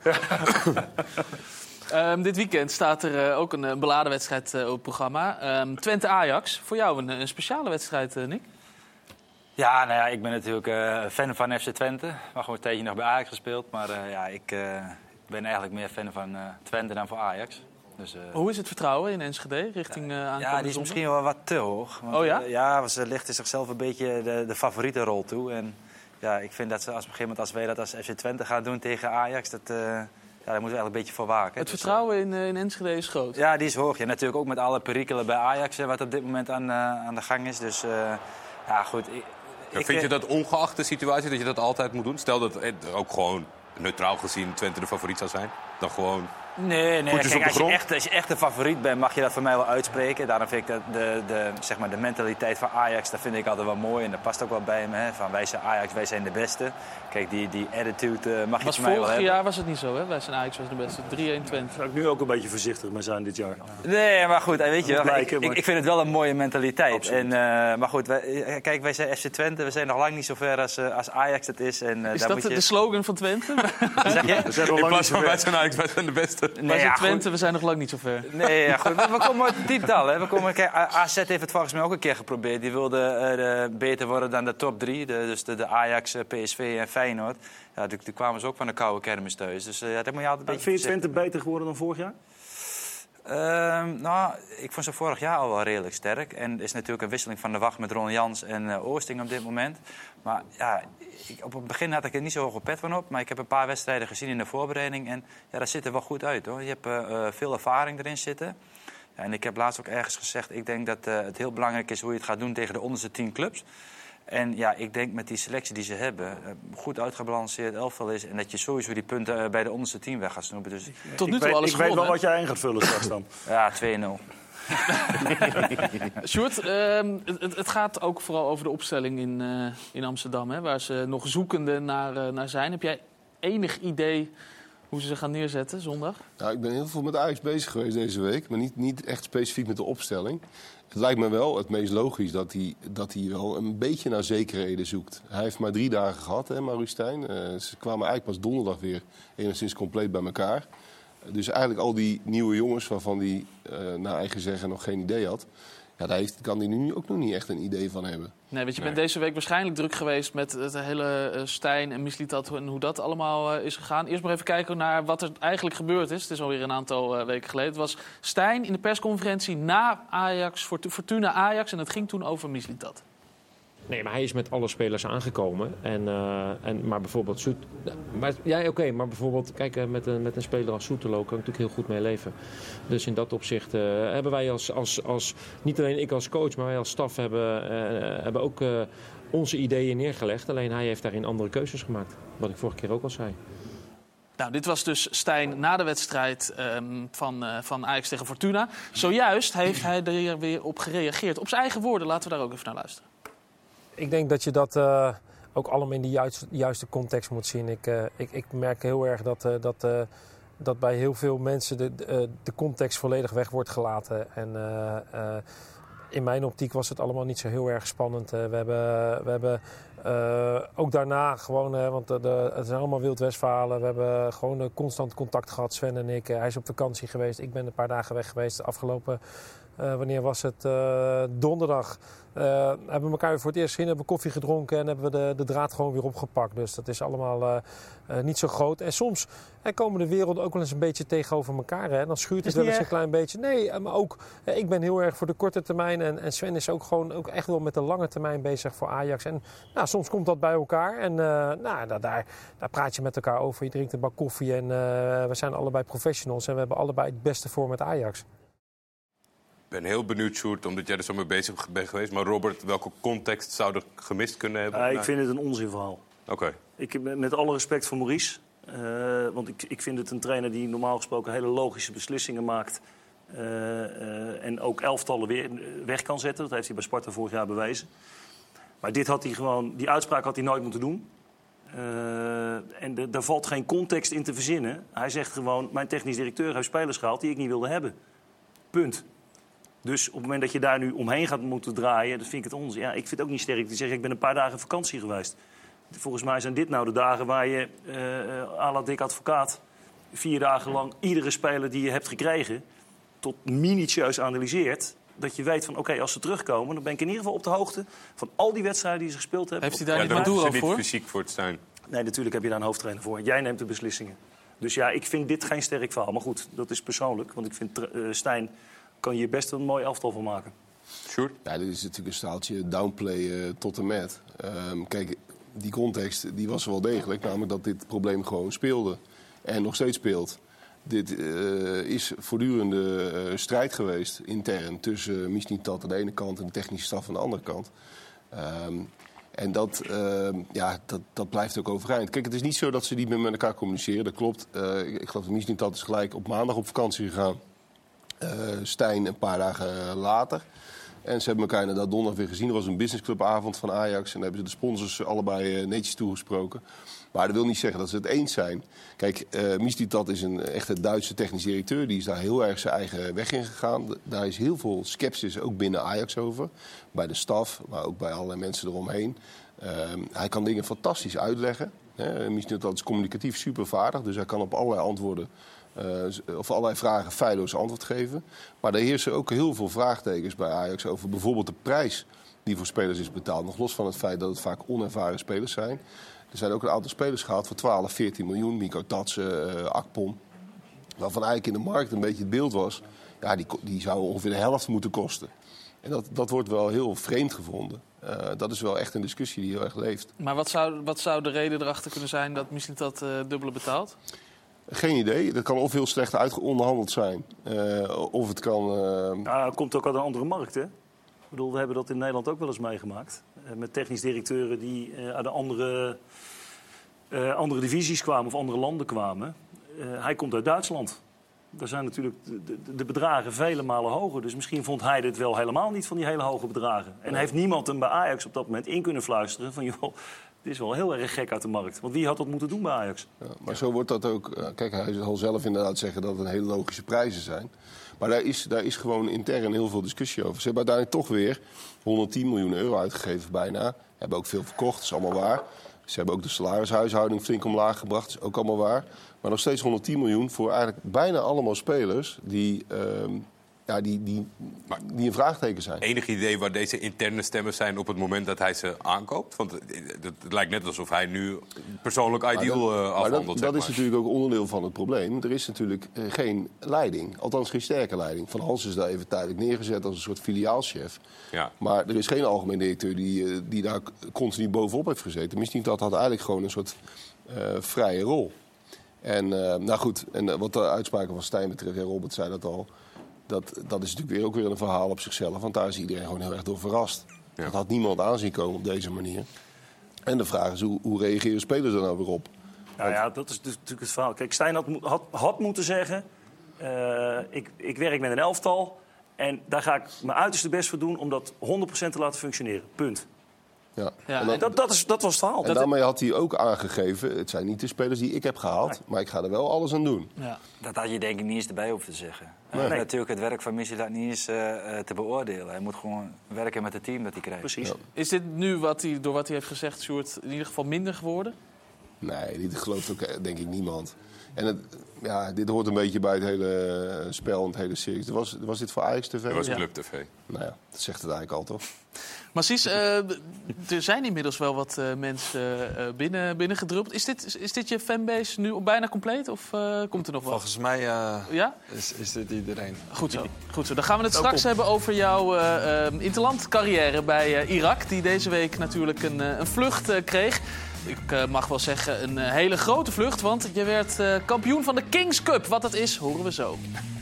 Um, dit weekend staat er uh, ook een, een beladen wedstrijd uh, op het programma. Um, Twente-Ajax. Voor jou een, een speciale wedstrijd, uh, Nick? Ja, nou ja, ik ben natuurlijk uh, fan van F C Twente. Maar gewoon een tijdje nog bij Ajax gespeeld. Maar uh, ja, ik uh, ben eigenlijk meer fan van uh, Twente dan voor Ajax. Dus, uh, Hoe is het vertrouwen in Enschede richting uh, aankomende Ja, die is misschien wel wat te hoog. Want, oh ja? Uh, ja, ze ligt in zichzelf een beetje de, de favoriete rol toe. En ja, ik vind dat ze als, op een gegeven moment als wij dat als F C Twente gaan doen tegen Ajax... Dat, uh, ja, daar moeten we eigenlijk een beetje voor waken. Het dus, vertrouwen in, uh, in Enschede is groot? Ja, die is hoog. Ja, natuurlijk ook met alle perikelen bij Ajax... wat op dit moment aan, uh, aan de gang is. Dus uh, ja, goed... Ik, Ja, ik, vind je dat ongeacht de situatie dat je dat altijd moet doen? Stel dat het ook gewoon neutraal gezien Twente de favoriet zou zijn. Dan gewoon... Nee, nee. Voetjes Kijk, op de als, je grond? echt, als je echt een favoriet bent, mag je dat voor mij wel uitspreken. Daarom vind ik dat de, de, zeg maar de mentaliteit van Ajax, dat vind ik altijd wel mooi. En dat past ook wel bij me. Hè? Van wij zijn Ajax, wij zijn de beste. Kijk, die, die attitude uh, mag je was voor mij wel hebben. Vorig jaar was het niet zo, hè? Wij zijn Ajax was de beste. drie-een Twente. Zou ik nu ook een beetje voorzichtig mee zijn dit jaar. Nee, maar goed, weet je wel. Lijken, ik, maar... ik, ik vind het wel een mooie mentaliteit. En, uh, maar goed, wij, kijk, wij zijn F C Twente. We zijn nog lang niet zo ver als, uh, als Ajax het is. En, uh, is daar dat moet je... de slogan van Twente? Zeg je? We zijn nog In lang plaats niet van zo wij ver. zijn Ajax, wij zijn de beste. Nee, Wij zijn ja, Twente, goed. we zijn nog lang niet zo ver. Nee, ja, goed. We, we komen uit het diepdal. Hè. We komen, kijk, A Z heeft het volgens mij ook een keer geprobeerd. Die wilde uh, de, beter worden dan de top drie. De, dus de, de Ajax, P S V en Feyenoord. Ja, toen, toen kwamen ze ook van de koude kermis thuis. Dus uh, ja, dat moet je altijd een beetje... Vind je Twente beter geworden dan vorig jaar? Uh, nou, ik vond ze vorig jaar al wel redelijk sterk. En er is natuurlijk een wisseling van de wacht met Ron Jans en uh, Oosting op dit moment. Maar ja, ik, op het begin had ik er niet zo hoog pet van op. Maar ik heb een paar wedstrijden gezien in de voorbereiding. En ja, dat ziet er wel goed uit, hoor. Je hebt uh, veel ervaring erin zitten. Ja, en ik heb laatst ook ergens gezegd... ik denk dat uh, het heel belangrijk is hoe je het gaat doen tegen de onderste tien clubs. En ja, ik denk met die selectie die ze hebben... goed uitgebalanceerd elftal is... en dat je sowieso die punten uh, bij de onderste tien weg gaat snoepen. Dus Tot nu ik toe weet, alles Ik weet gewonnen, wel wat jij in gaat vullen straks dan. Ja, twee nul. Sjoerd, uh, het, het gaat ook vooral over de opstelling in, uh, in Amsterdam... Hè, waar ze nog zoekende naar, uh, naar zijn. Heb jij enig idee hoe ze ze gaan neerzetten zondag? Nou, ik ben heel veel met Ajax bezig geweest deze week. Maar niet, niet echt specifiek met de opstelling. Het lijkt me wel het meest logisch dat hij, dat hij wel een beetje naar zekerheden zoekt. Hij heeft maar drie dagen gehad, hè, Maurice Stijn. Uh, ze kwamen eigenlijk pas donderdag weer enigszins compleet bij elkaar. Dus eigenlijk al die nieuwe jongens waarvan hij uh, naar eigen zeggen nog geen idee had... Ja, daar heeft, kan hij nu ook nog niet echt een idee van hebben. Nee, want je Nee. bent deze week waarschijnlijk druk geweest met het hele uh, Stijn en Mislitat en hoe dat allemaal uh, is gegaan. Eerst maar even kijken naar wat er eigenlijk gebeurd is. Het is alweer een aantal uh, weken geleden. Het was Stijn in de persconferentie na Ajax, Fortuna Ajax en het ging toen over Mislitat. Nee, maar hij is met alle spelers aangekomen. En, uh, en, maar bijvoorbeeld Soet... Maar, ja, oké, okay, maar bijvoorbeeld... Kijk, uh, met, een, met een speler als Soetelo kan ik natuurlijk heel goed mee leven. Dus in dat opzicht uh, hebben wij als, als, als... Niet alleen ik als coach, maar wij als staf hebben, uh, hebben ook uh, onze ideeën neergelegd. Alleen hij heeft daarin andere keuzes gemaakt. Wat ik vorige keer ook al zei. Nou, dit was dus Stijn na de wedstrijd um, van, uh, van Ajax tegen Fortuna. Zojuist heeft hij er weer op gereageerd. Op zijn eigen woorden, laten we daar ook even naar luisteren. Ik denk dat je dat uh, ook allemaal in de juiste, juiste context moet zien. Ik, uh, ik, ik merk heel erg dat, uh, dat, uh, dat bij heel veel mensen de, de, de context volledig weg wordt gelaten. En uh, uh, in mijn optiek was het allemaal niet zo heel erg spannend. Uh, we hebben... We hebben Uh, ook daarna gewoon, uh, want de, de, het zijn allemaal Wild West verhalen. We hebben gewoon uh, constant contact gehad, Sven en ik. Uh, hij is op vakantie geweest, ik ben een paar dagen weg geweest. Afgelopen, uh, wanneer was het? Uh, donderdag. Uh, hebben we elkaar weer voor het eerst gezien, hebben we koffie gedronken en hebben we de, de draad gewoon weer opgepakt. Dus dat is allemaal uh, uh, niet zo groot. En soms uh, komen de werelden ook wel eens een beetje tegenover elkaar. Hè? Dan schuurt het wel eens een klein beetje. Nee, uh, maar ook, uh, ik ben heel erg voor de korte termijn. En, en Sven is ook gewoon ook echt wel met de lange termijn bezig voor Ajax. En nou, soms komt dat bij elkaar. En uh, nou, daar, daar, daar praat je met elkaar over. Je drinkt een bak koffie en uh, we zijn allebei professionals. En we hebben allebei het beste voor met Ajax. Ik ben heel benieuwd, Sjoerd, omdat jij er zo mee bezig bent geweest. Maar Robert, welke context zou er gemist kunnen hebben? Ja, ik vind het een onzinverhaal. Oké. Okay. Met alle respect voor Maurice. Uh, want ik, ik vind het een trainer die normaal gesproken hele logische beslissingen maakt. Uh, uh, en ook elftallen weer weg kan zetten. Dat heeft hij bij Sparta vorig jaar bewezen. Maar dit had hij gewoon, die uitspraak had hij nooit moeten doen. Uh, en de, daar valt geen context in te verzinnen. Hij zegt gewoon, mijn technisch directeur heeft spelers gehaald die ik niet wilde hebben. Punt. Dus op het moment dat je daar nu omheen gaat moeten draaien, dan vind ik het onzin. Ja, ik vind het ook niet sterk te zeggen, ik ben een paar dagen vakantie geweest. Volgens mij zijn dit nou de dagen waar je, uh, à la dik advocaat, vier dagen lang iedere speler die je hebt gekregen, tot minutieus analyseert. Dat je weet van, oké, okay, als ze terugkomen, dan ben ik in ieder geval op de hoogte van al die wedstrijden die ze gespeeld hebben. Heeft hij daar niet Maduro voor? Niet fysiek voor te zijn. Nee, natuurlijk heb je daar een hoofdtrainer voor. Jij neemt de beslissingen. Dus ja, ik vind dit geen sterk verhaal. Maar goed, dat is persoonlijk. Want ik vind uh, Stijn kan je best een mooi elftal van maken. Sure. Ja, dit is natuurlijk een staaltje downplay uh, tot en met. Um, kijk, die context die was er wel degelijk. Namelijk dat dit probleem gewoon speelde. En nog steeds speelt. Dit uh, is voortdurende uh, strijd geweest, intern, tussen uh, Mislintat aan de ene kant en de technische staf aan de andere kant. Um, en dat, uh, ja, dat, dat blijft ook overeind. Kijk, het is niet zo dat ze niet meer met elkaar communiceren, dat klopt. Uh, ik geloof dat Mislintat is gelijk op maandag op vakantie gegaan. Uh, Stijn een paar dagen later. En ze hebben elkaar inderdaad donderdag weer gezien. Er was een businessclubavond van Ajax en daar hebben ze de sponsors allebei uh, netjes toegesproken. Maar dat wil niet zeggen dat ze het eens zijn. Kijk, uh, Mislintat is een echte Duitse technisch directeur. Die is daar heel erg zijn eigen weg in gegaan. Daar is heel veel sceptisch ook binnen Ajax over. Bij de staf, maar ook bij allerlei mensen eromheen. Uh, hij kan dingen fantastisch uitleggen. Mislintat is communicatief super vaardig. Dus hij kan op allerlei antwoorden, uh, of allerlei vragen feilloos antwoord geven. Maar er heersen ook heel veel vraagtekens bij Ajax over bijvoorbeeld de prijs die voor spelers is betaald. Nog los van het feit dat het vaak onervaren spelers zijn. Er zijn ook een aantal spelers gehaald voor twaalf, veertien miljoen. Miko Tatsen, uh, Akpom. Waarvan eigenlijk in de markt een beetje het beeld was. Ja, die, die zouden ongeveer de helft moeten kosten. En dat, dat wordt wel heel vreemd gevonden. Uh, dat is wel echt een discussie die heel erg leeft. Maar wat zou, wat zou de reden erachter kunnen zijn dat Mislintat uh, dubbele betaalt? Geen idee. Dat kan of heel slecht uitgeonderhandeld zijn. Uh, of het kan... Uh... Ja, het komt ook uit een andere markt, hè? Ik bedoel, we hebben dat in Nederland ook wel eens meegemaakt. Uh, met technisch directeuren die uh, uit de andere, uh, andere divisies kwamen of andere landen kwamen. Uh, hij komt uit Duitsland. Daar zijn natuurlijk de, de, de bedragen vele malen hoger. Dus misschien vond hij dit wel helemaal niet van die hele hoge bedragen. En heeft niemand hem bij Ajax op dat moment in kunnen fluisteren van, joh, dit is wel heel erg gek uit de markt. Want wie had dat moeten doen bij Ajax? Ja, maar zo wordt dat ook... Kijk, hij zal zelf inderdaad zeggen dat het hele logische prijzen zijn. Maar daar is, daar is gewoon intern heel veel discussie over. Ze hebben uiteindelijk toch weer honderdtien miljoen euro uitgegeven bijna. Hebben ook veel verkocht, dat is allemaal waar. Ze hebben ook de salarishuishouding flink omlaag gebracht, dat is ook allemaal waar. Maar nog steeds honderdtien miljoen voor eigenlijk bijna allemaal spelers die, uh, ja, die, die, die een vraagteken zijn. Enig idee waar deze interne stemmen zijn op het moment dat hij ze aankoopt? Want het, het lijkt net alsof hij nu persoonlijk ideal uh, afhandelt. Dat, zeg dat is natuurlijk ook onderdeel van het probleem. Er is natuurlijk uh, geen leiding, althans geen sterke leiding. Van Hals is daar even tijdelijk neergezet als een soort filiaalchef. Ja. Maar er is geen algemeen directeur die, uh, die daar continu bovenop heeft gezeten. Misschien dat had eigenlijk gewoon een soort uh, vrije rol. En uh, nou goed, en uh, wat de uitspraken van Stijn betreft, ja, Robert zei dat al, dat, dat is natuurlijk weer ook weer een verhaal op zichzelf. Want daar is iedereen gewoon heel erg door verrast. Ja. Dat had niemand aanzien komen op deze manier. En de vraag is, hoe, hoe reageren spelers er nou weer op? Nou ja, dat is dus natuurlijk het verhaal. Kijk, Stijn had, had, had moeten zeggen... Uh, ik, ik werk met een elftal en daar ga ik mijn uiterste best voor doen... om dat honderd procent te laten functioneren. Punt. Ja. Ja, en dan, dat, dat, is, dat was het verhaal. En dat daarmee had hij ook aangegeven... het zijn niet de spelers die ik heb gehaald... Nee. maar ik ga er wel alles aan doen. Ja. Dat had je denk ik niet eens erbij hoeven te zeggen. Nee. Nee. Natuurlijk het werk van Missie dat niet eens uh, te beoordelen. Hij moet gewoon werken met het team dat hij krijgt. Precies. Ja. Is dit nu, wat hij, door wat hij heeft gezegd, Sjoerd, in ieder geval minder geworden? Nee, dit gelooft ook denk ik niemand. En het, ja, dit hoort een beetje bij het hele spel en het hele circus. Was, was dit voor Ajax T V? Dat was Club T V. Nou ja, dat zegt het eigenlijk al, toch? Maar Cies, uh, er zijn inmiddels wel wat uh, mensen uh, binnen, binnengedruppeld. Is dit, is dit je fanbase nu bijna compleet of uh, komt er nog wat? Volgens mij uh, ja? is, is dit iedereen. Goed zo. Goed zo. Dan gaan we het straks hebben over jouw uh, uh, interlandcarrière bij uh, Irak. Die deze week natuurlijk een, uh, een vlucht uh, kreeg. Ik uh, mag wel zeggen een uh, hele grote vlucht, want je werd uh, kampioen van de Kings Cup. Wat dat is, horen we zo.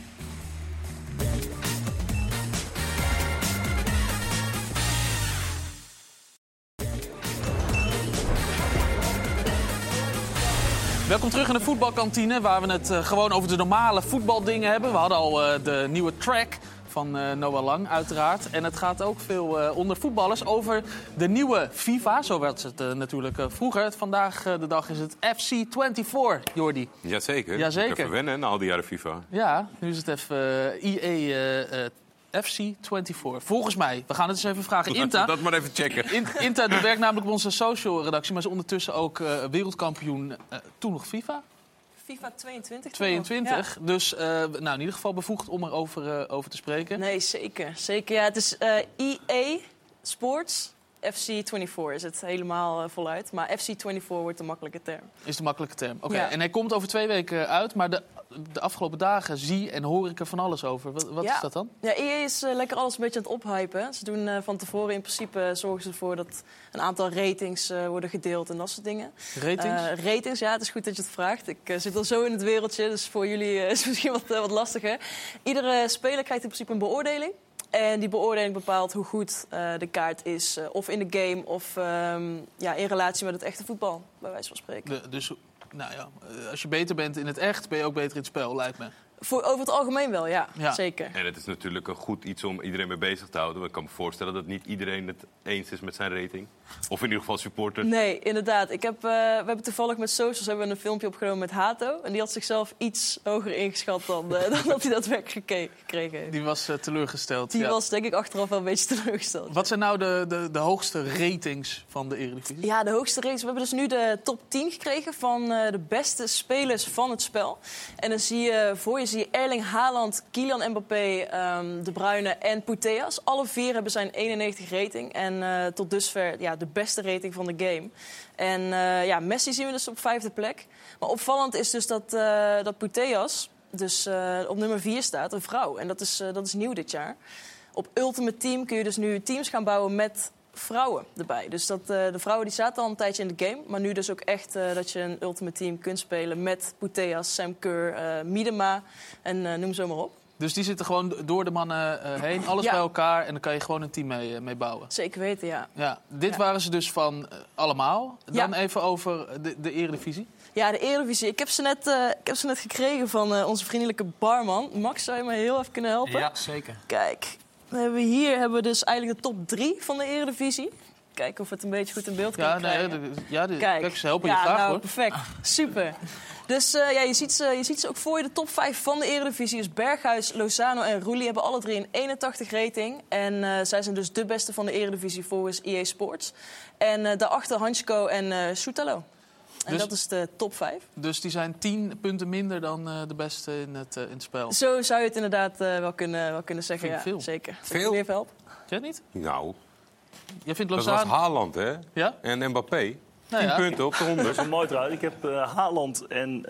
Welkom terug in de voetbalkantine, waar we het uh, gewoon over de normale voetbaldingen hebben. We hadden al uh, de nieuwe track van uh, Noah Lang, uiteraard. En het gaat ook veel uh, onder voetballers over de nieuwe FIFA. Zo werd het uh, natuurlijk uh, vroeger. Vandaag uh, de dag is het F C eenentwintig, Jordi. Jazeker. Jazeker. Ik heb even wennen na al die jaren FIFA. Ja, nu is het even uh, I E uh, uh, F C eenentwintig. Volgens mij. We gaan het eens even vragen. Inta, dat maar even checken. In, Inta die werkt namelijk op onze social-redactie, maar is ondertussen ook uh, wereldkampioen. Uh, toen nog FIFA? FIFA tweeëntwintig. tweeëntwintig. Ja. Dus uh, nou, in ieder geval bevoegd om erover uh, over te spreken. Nee, zeker. Zeker. Ja, het is uh, E A Sports. F C eenentwintig is het helemaal uh, voluit. Maar F C eenentwintig wordt de makkelijke term. Is de makkelijke term. Oké. Okay. Ja. En hij komt over twee weken uit. Maar de, de afgelopen dagen zie en hoor ik er van alles over. Wat, wat ja. is dat dan? Ja, E A is uh, lekker alles een beetje aan het ophypen. Ze doen uh, van tevoren in principe uh, zorgen ze ervoor dat een aantal ratings uh, worden gedeeld en dat soort dingen. Ratings? Uh, ratings, ja, het is goed dat je het vraagt. Ik uh, zit al zo in het wereldje, dus voor jullie uh, is het misschien wat, uh, wat lastiger. Iedere speler krijgt in principe een beoordeling. En die beoordeling bepaalt hoe goed uh, de kaart is. Uh, of in de game of um, ja, in relatie met het echte voetbal, bij wijze van spreken. De, dus nou ja, als je beter bent in het echt, ben je ook beter in het spel, lijkt me. Voor, over het algemeen wel, ja. ja. Zeker. En het is natuurlijk een goed iets om iedereen mee bezig te houden. Maar ik kan me voorstellen dat niet iedereen het eens is met zijn rating. Of in ieder geval supporters. Nee, inderdaad. Ik heb, uh, we hebben toevallig met socials hebben we een filmpje opgenomen met Hato. En die had zichzelf iets hoger ingeschat dan, uh, dan dat hij dat werk gekregen heeft. Die was uh, teleurgesteld. Die ja. was denk ik achteraf wel een beetje teleurgesteld. Wat zijn nou de, de, de hoogste ratings van de Eredivisie? Ja, de hoogste ratings. We hebben dus nu de top tien gekregen van uh, de beste spelers van het spel. En dan zie je voor je zie je Erling Haaland, Kylian Mbappé, um, De Bruyne en Putellas. Alle vier hebben zijn eenennegentig rating. En uh, tot dusver ja, de beste rating van de game. En uh, ja, Messi zien we dus op vijfde plek. Maar opvallend is dus dat, uh, dat Putellas dus uh, op nummer vier staat, een vrouw. En dat is, uh, dat is nieuw dit jaar. Op Ultimate Team kun je dus nu teams gaan bouwen met vrouwen erbij. Dus dat, uh, de vrouwen die zaten al een tijdje in de game. Maar nu dus ook echt uh, dat je een Ultimate Team kunt spelen met Putellas, Sam Kerr, uh, Miedema en uh, noem zo maar op. Dus die zitten gewoon door de mannen uh, heen, alles ja. bij elkaar. En dan kan je gewoon een team mee, uh, mee bouwen. Zeker weten, ja. ja dit ja. waren ze dus van uh, allemaal. Dan ja. even over de, de Eredivisie. Ja, de Eredivisie. Ik heb ze net, uh, ik heb ze net gekregen van uh, onze vriendelijke barman. Max, zou je me heel even kunnen helpen? Ja, zeker. Kijk, dan hebben we hier hebben we dus eigenlijk de top drie van de Eredivisie. Kijken of we het een beetje goed in beeld kunnen ja, krijgen. Nee, de, ja, de, kijk, kijk, ze helpen ja, je vraag, nou, hoor. Perfect. Super. Dus uh, ja, je, ziet ze, je ziet ze ook voor je. De top vijf van de Eredivisie is Berghuis, Lozano en Rulli. Hebben alle drie een eenentachtig rating. En uh, zij zijn dus de beste van de Eredivisie volgens E A Sports. En uh, daarachter Hansko en uh, Soetalo. En dus, dat is de top vijf. Dus die zijn tien punten minder dan uh, de beste in het, uh, in het spel? Zo zou je het inderdaad uh, wel, kunnen, wel kunnen zeggen. Vind ja, veel. Zeker. Veel? Wil je even helpen? Jij niet? Nou, Jij vindt dat Lozano... was Haaland, hè? Ja? En Mbappé. Nou ja. tien punten op de honderd. Dat is wel mooi trouwens. Ik heb uh, Haaland en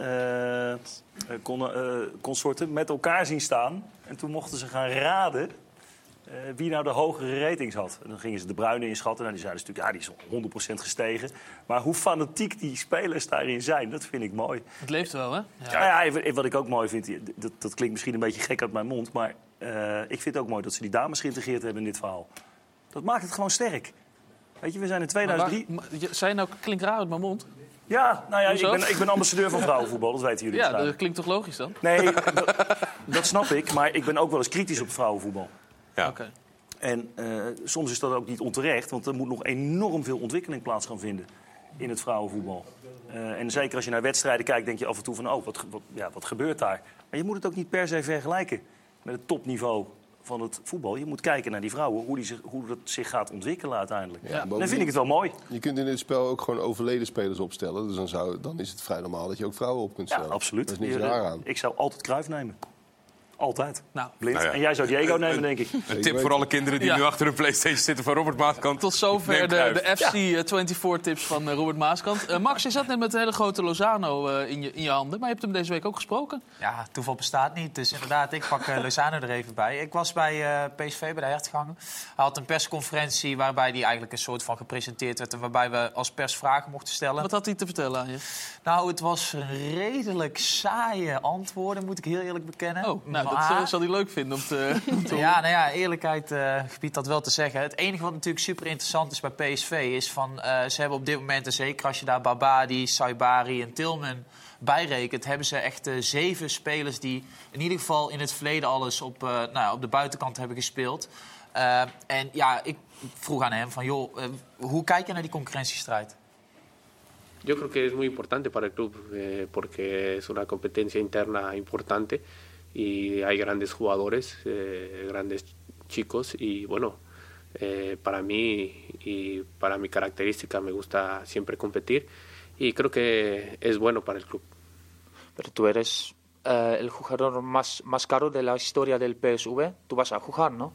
uh, con, uh, consorten met elkaar zien staan. En toen mochten ze gaan raden uh, wie nou de hogere ratings had. En dan gingen ze De Bruyne inschatten. Nou, die zeiden natuurlijk, ja, die is honderd procent gestegen. Maar hoe fanatiek die spelers daarin zijn, dat vind ik mooi. Het leeft wel, hè? Ja, ja, ja wat ik ook mooi vind, dat, dat klinkt misschien een beetje gek uit mijn mond. Maar uh, ik vind het ook mooi dat ze die dames geïntegreerd hebben in dit verhaal. Dat maakt het gewoon sterk. Weet je, we zijn in tweeduizend drie... Maar waar, maar, zei nou, klinkt raar uit mijn mond? Ja, nou ja, ik Hoezo? ben, ik ben ambassadeur van vrouwenvoetbal, dat weten jullie. Ja, waarschijnlijk. dat klinkt toch logisch dan? Nee, dat, dat snap ik, maar ik ben ook wel eens kritisch op vrouwenvoetbal. Ja. Oké. En uh, soms is dat ook niet onterecht, want er moet nog enorm veel ontwikkeling plaats gaan vinden in het vrouwenvoetbal. Uh, en zeker als je naar wedstrijden kijkt, denk je af en toe van, oh, wat, wat, ja, wat gebeurt daar? Maar je moet het ook niet per se vergelijken met het topniveau van het voetbal. Je moet kijken naar die vrouwen, hoe, die zich, hoe dat zich gaat ontwikkelen uiteindelijk. Ja, En dan vind ik het wel mooi. Je kunt in dit spel ook gewoon overleden spelers opstellen. Dus dan, zou, dan is het vrij normaal dat je ook vrouwen op kunt Ja, stellen. absoluut. Dat is niks Je- raar aan. Ik zou altijd Cruijff nemen. Altijd. Nou, Blind. Nou ja. En jij zou Diego nemen, denk ik. Een tip voor alle kinderen die Ja. nu achter een PlayStation zitten van Robert Maaskant. Tot zover Neem de, Cruijff. de F C vierentwintig-tips van eh, Robert Maaskant. Eh, Max, je zat net met de hele grote Lozano eh, in, je, in je handen. Maar je hebt hem deze week ook gesproken. Ja, toeval bestaat niet. Dus inderdaad, ik pak uh, Lozano er even bij. Ik was bij uh, P S V, bij de Hertgangen. Hij had een persconferentie waarbij hij eigenlijk een soort van gepresenteerd werd. En waarbij we als pers vragen mochten stellen. Wat had hij te vertellen aan je? Nou, het was redelijk saaie antwoorden, moet ik heel eerlijk bekennen. Oh, nou, dat Maar- uh, zal hij leuk vinden om te, om te Ja, nou ja, eerlijkheid uh, gebiedt dat wel te zeggen. Het enige wat natuurlijk super interessant is bij P S V is van... Uh, ze hebben op dit moment, en zeker als je daar Babadi, Saibari en Tillman bijrekent... hebben ze echt uh, zeven spelers die in ieder geval in het verleden alles op, uh, nou ja, op de buitenkant hebben gespeeld. Uh, en ja, ik vroeg aan hem van, joh, uh, hoe kijk je naar die concurrentiestrijd? Yo creo que es muy importante para el club eh, porque es una competencia interna importante y hay grandes jugadores, eh, grandes chicos y bueno, eh, para mí y para mi característica me gusta siempre competir y creo que es bueno para el club. Pero tú eres eh, el jugador más, más caro de la historia del P S V. Tú vas a jugar, ¿no?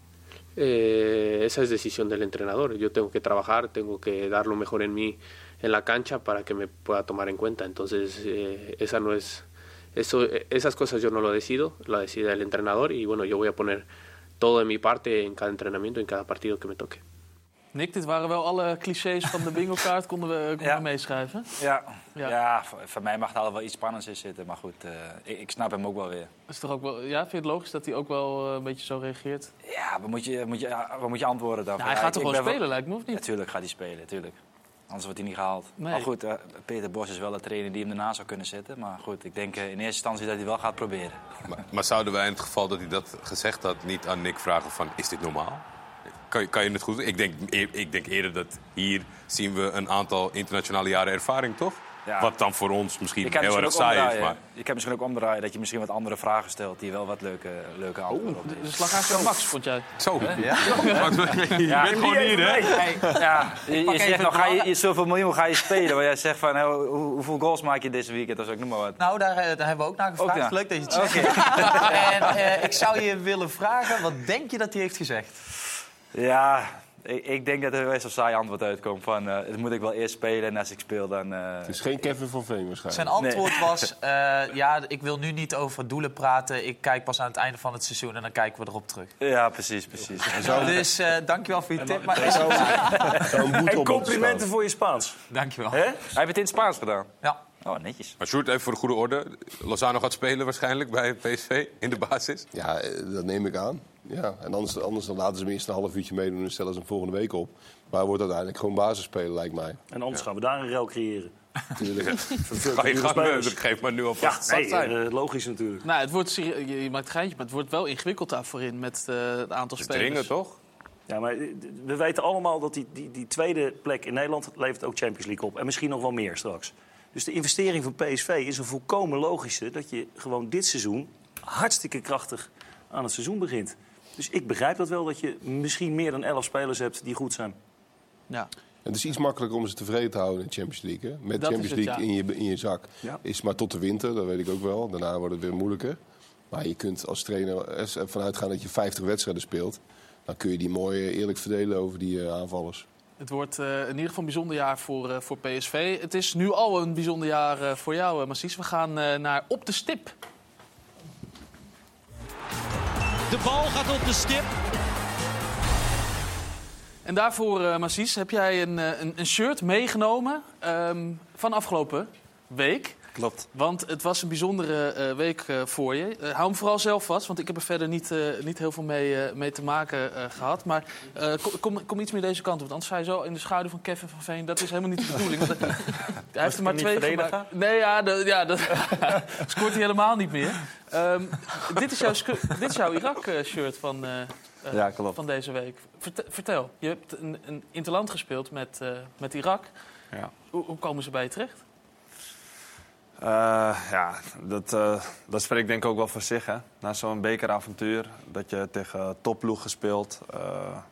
Eh, esa es decisión del entrenador. Yo tengo que trabajar, tengo que dar lo mejor en mí en la cancha para que me pueda tomar en cuenta. Entonces, eh, esa no es, eso, esas cosas yo no lo decido, la decide el entrenador y bueno, yo voy a poner todo de mi parte en cada entrenamiento, en cada partido que me toque. Nick, dit waren wel alle clichés van de bingo-kaart. Konden we, konden Ja. we meeschrijven? Ja, Ja. ja. ja voor, voor mij mag er wel iets spannends in zitten. Maar goed, uh, ik, ik snap hem ook wel weer. Is toch ook wel, ja, vind je het logisch dat hij ook wel uh, een beetje zo reageert? Ja, wat moet je, moet je, wat moet je antwoorden dan? Nou, hij Ja, gaat ik- toch ik gewoon ben spelen, wel- lijkt me, of niet? Natuurlijk gaat hij spelen, tuurlijk. Anders wordt hij niet gehaald. Nee. Maar goed, uh, Peter Bos is wel de trainer die hem ernaast zou kunnen zetten. Maar goed, ik denk uh, in eerste instantie dat hij wel gaat proberen. Maar, maar zouden wij in het geval dat hij dat gezegd had niet aan Nick vragen van, is dit normaal? Kan je, kan je het goed doen? Ik denk, ik denk eerder dat hier zien we een aantal internationale jaren ervaring, toch? Ja. Wat dan voor ons misschien Ik heb heel erg misschien ook saai is. omdraaien. Maar Ik heb misschien ook omdraaien dat je misschien wat andere vragen stelt die wel wat leuke, leuke antwoorden op De slag aan van Max, vond jij? Zo. Ja? Max, je Ja. bent gewoon hier, hè? Hey, ja, je, pak je even zegt nog, het ga je, belang- je zoveel miljoen ga je spelen. Maar jij zegt van, hoe, hoe- hoeveel goals maak je deze weekend? Of ik noem maar wat. Nou, daar, eh, daar hebben we ook naar gevraagd. Ook, ja. Leuk dat je het zegt. en eh, ik zou je willen vragen, wat denk je dat hij heeft gezegd? Ja, ik, ik denk dat er best wel saai antwoord uitkomt. Van, uh, dat moet ik wel eerst spelen en als ik speel dan... Uh... Het is geen Kevin van Veen waarschijnlijk. Zijn antwoord was, uh, ja, ik wil nu niet over doelen praten. Ik kijk pas aan het einde van het seizoen en dan kijken we erop terug. Ja, precies, precies. Dus uh, dankjewel voor je tip. Maar En complimenten voor je Spaans. Dankjewel. Hè? Hij heeft het in het Spaans gedaan? Ja. Oh, netjes. Maar Sjoerd, even voor de goede orde. Lozano gaat spelen waarschijnlijk bij P S V in de basis. Ja, eh, dat neem ik aan. Ja. En anders, anders dan laten ze hem eerst een half uurtje meedoen en stellen ze hem volgende week op. Maar hij wordt uiteindelijk gewoon basisspeler, lijkt mij. En anders gaan we daar een rel creëren. Tuurlijk. Ga je gang, dat geeft maar nu Ja, alvast nee, zijn. uh, logisch natuurlijk. Nou, het wordt, serie- je, je maakt een geintje, maar het wordt wel ingewikkeld daar voorin met uh, het aantal Het is spelers. dringen, toch? Ja, maar we weten allemaal dat die, die, die tweede plek in Nederland levert ook Champions League op. En misschien nog wel meer straks. Dus de investering van P S V is een volkomen logische... dat je gewoon dit seizoen hartstikke krachtig aan het seizoen begint. Dus ik begrijp dat wel, dat je misschien meer dan elf spelers hebt die goed zijn. Ja. Het is iets makkelijker om ze tevreden te houden in de Champions League. Hè? Met Dat is Champions het, League ja. in, je, in je zak. Ja. Is maar tot de winter, dat weet ik ook wel. Daarna wordt het weer moeilijker. Maar je kunt als trainer ervan uitgaan dat je vijftig wedstrijden speelt. Dan kun je die mooi eh, eerlijk verdelen over die uh, aanvallers. Het wordt uh, in ieder geval een bijzonder jaar voor, uh, voor P S V. Het is nu al een bijzonder jaar uh, voor jou, uh, Massis. We gaan uh, naar Op de Stip. De bal gaat op de stip. En daarvoor, uh, Massis, heb jij een, uh, een, een shirt meegenomen um, van afgelopen week. Klopt. Want het was een bijzondere uh, week uh, voor je. Uh, hou hem vooral zelf vast, want ik heb er verder niet, uh, niet heel veel mee, uh, mee te maken uh, gehad. Maar uh, kom, kom iets meer deze kant op. Want anders sta je zo in de schaduw van Kevin van Veen. Dat is helemaal niet de bedoeling. Want hij heeft er maar twee gemaakt. Nee, ja, de, ja dat scoort hij helemaal niet meer. Um, dit, is jouw, dit is jouw Irak-shirt van, uh, uh, ja, klopt. van deze week. Vertel, vertel, je hebt een, een interland gespeeld met, uh, met Irak. Ja. Hoe, hoe komen ze bij je terecht? Uh, ja, dat, uh, dat spreekt denk ik ook wel voor zich. Hè? Na zo'n bekeravontuur, dat je tegen topploegen speelt. Uh,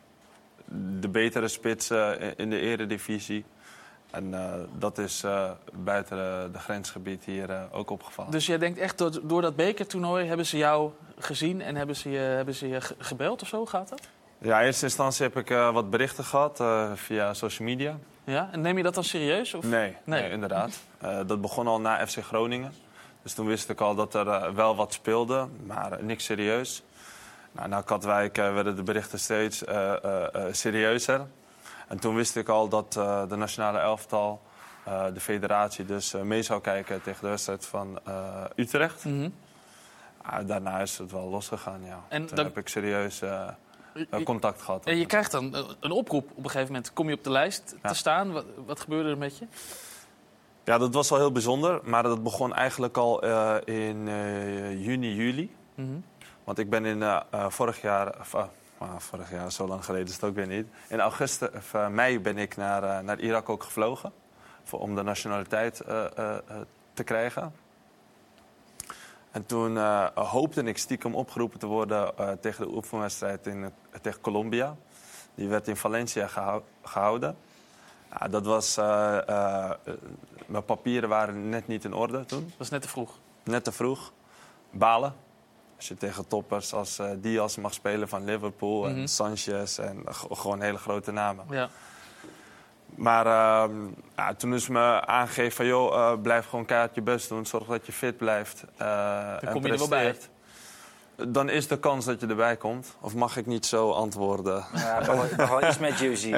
de betere spitsen in de eredivisie. En uh, dat is uh, buiten de, de grensgebied hier uh, ook opgevallen. Dus jij denkt echt, door, door dat bekertoernooi hebben ze jou gezien en hebben ze je, hebben ze je gebeld of zo? Gaat dat? Ja, in eerste instantie heb ik uh, wat berichten gehad uh, via social media. Ja, en neem je dat dan serieus? Of? Nee, nee. nee, inderdaad. Uh, dat begon al na F C Groningen. Dus toen wist ik al dat er uh, wel wat speelde, maar uh, niks serieus. Nou, na Katwijk uh, werden de berichten steeds uh, uh, uh, serieuzer. En toen wist ik al dat uh, de nationale elftal, uh, de federatie, dus uh, mee zou kijken tegen de wedstrijd van uh, Utrecht. Mm-hmm. Uh, daarna is het wel losgegaan, ja. En toen dan... heb ik serieus uh, uh, contact gehad. En je krijgt dan een oproep. Op een gegeven moment kom je op de lijst ja. te staan. Wat, wat gebeurde er met je? Ja, dat was wel heel bijzonder. Maar dat begon eigenlijk al uh, in uh, juni, juli. Mm-hmm. Want ik ben in uh, uh, vorig jaar... Uh, uh, vorig jaar, zo lang geleden is het ook weer niet. In augustus, of uh, mei ben ik naar, uh, naar Irak ook gevlogen. Voor, om de nationaliteit uh, uh, uh, te krijgen. En toen uh, hoopte ik stiekem opgeroepen te worden uh, tegen de oefenwedstrijd in, uh, tegen Colombia. Die werd in Valencia gehou- gehouden. Ja, dat was... Uh, uh, mijn papieren waren net niet in orde toen. Dat was net te vroeg? Net te vroeg. Balen. Als je tegen toppers als uh, Diaz mag spelen van Liverpool mm-hmm. en Sanchez en uh, gewoon hele grote namen. Ja. Maar uh, ja, toen is me aangegeven van, joh, uh, blijf gewoon keihard je best doen. Zorg dat je fit blijft. Uh, Dan kom je er wel bij. Dan is de kans dat je erbij komt. Of mag ik niet zo antwoorden? Ja, toch wel, wel iets met Juicy.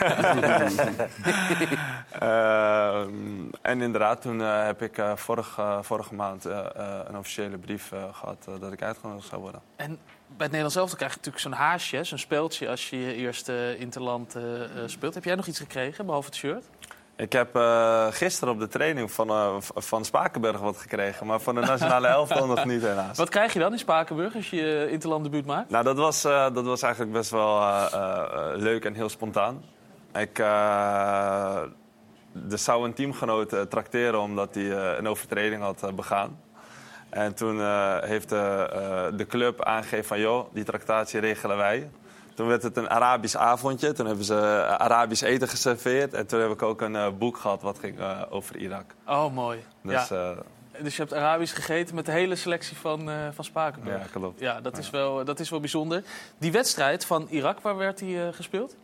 uh, en inderdaad, toen uh, heb ik uh, vorige, uh, vorige maand uh, uh, een officiële brief uh, gehad uh, dat ik uitgenodigd zou worden. En bij het Nederlands elftal krijg je natuurlijk zo'n haasje, zo'n speeltje als je je eerste interland uh, uh, speelt. Heb jij nog iets gekregen, behalve het shirt? Ik heb uh, gisteren op de training van, uh, van Spakenburg wat gekregen. Maar van de nationale elftal nog niet helaas. Wat krijg je dan in Spakenburg als je je interlanddebuut maakt? Nou, dat was, uh, dat was eigenlijk best wel uh, uh, leuk en heel spontaan. Ik, uh, er zou een teamgenoot uh, trakteren omdat hij uh, een overtreding had uh, begaan. En toen uh, heeft uh, uh, de club aangegeven van, joh, die tractatie regelen wij. Toen werd het een Arabisch avondje. Toen hebben ze uh, Arabisch eten geserveerd. En toen heb ik ook een uh, boek gehad wat ging uh, over Irak. Oh, mooi. Dus, ja. uh, dus je hebt Arabisch gegeten met de hele selectie van, uh, van Spakenburg. Ja, klopt. Ja, dat is, wel, dat is wel bijzonder. Die wedstrijd van Irak, waar werd die uh, gespeeld?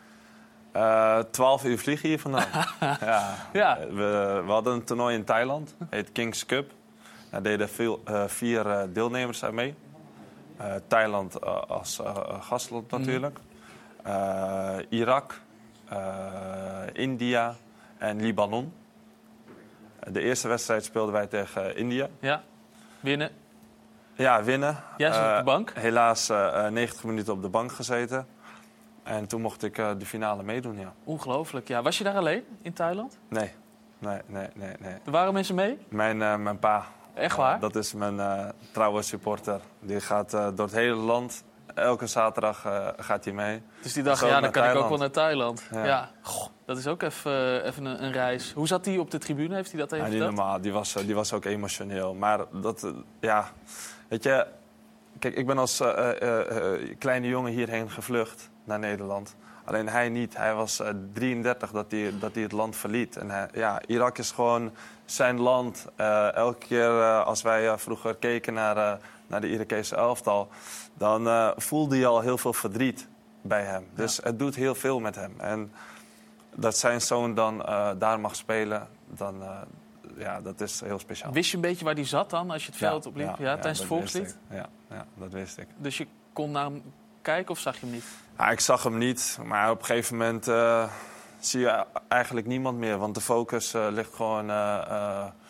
Uh, twaalf uur vliegen hier vandaan. ja. Ja. We, we hadden een toernooi in Thailand. Heet Kings Cup. Daar deden veel, uh, vier uh, deelnemers aan mee. Uh, Thailand uh, als uh, gastland natuurlijk. Mm. Uh, Irak, uh, India en Libanon. De eerste wedstrijd speelden wij tegen uh, India. Ja, winnen. Ja, winnen. Jij zat uh, op de bank? Helaas uh, negentig minuten op de bank gezeten. En toen mocht ik uh, de finale meedoen, ja. Ongelooflijk, ja. Was je daar alleen in Thailand? Nee, nee, nee, nee. nee. Er waren mensen mee? Mijn, uh, mijn pa. Echt waar? Uh, dat is mijn uh, trouwe supporter. Die gaat uh, door het hele land. Elke zaterdag uh, gaat hij mee. Dus die dacht, ja, dan kan Thailand. ik ook wel naar Thailand. Ja. ja. Goh, dat is ook even, uh, even een, een reis. Hoe zat hij op de tribune? Heeft hij dat even ja, niet verteld? normaal. Die was, uh, die was ook emotioneel. Maar dat, uh, ja... Weet je... Kijk, ik ben als uh, uh, uh, kleine jongen hierheen gevlucht naar Nederland. Alleen hij niet. Hij was uh, drieëndertig dat hij, dat hij het land verliet. En hij, ja, Irak is gewoon zijn land. Uh, elke keer uh, als wij uh, vroeger keken naar, uh, naar de Irakese elftal... dan uh, voelde je al heel veel verdriet bij hem. Dus ja. Het doet heel veel met hem. En dat zijn zoon dan uh, daar mag spelen, dan... Uh, ja, dat is heel speciaal. Wist je een beetje waar hij zat dan, als je het veld ja, opliep? Ja, ja, ja, tijdens ja, het volkslied? Ja, ja, dat wist ik. Dus je kon naar hem kijken of zag je hem niet? Ja, ik zag hem niet, maar op een gegeven moment uh, zie je eigenlijk niemand meer. Want de focus uh, ligt gewoon uh, uh,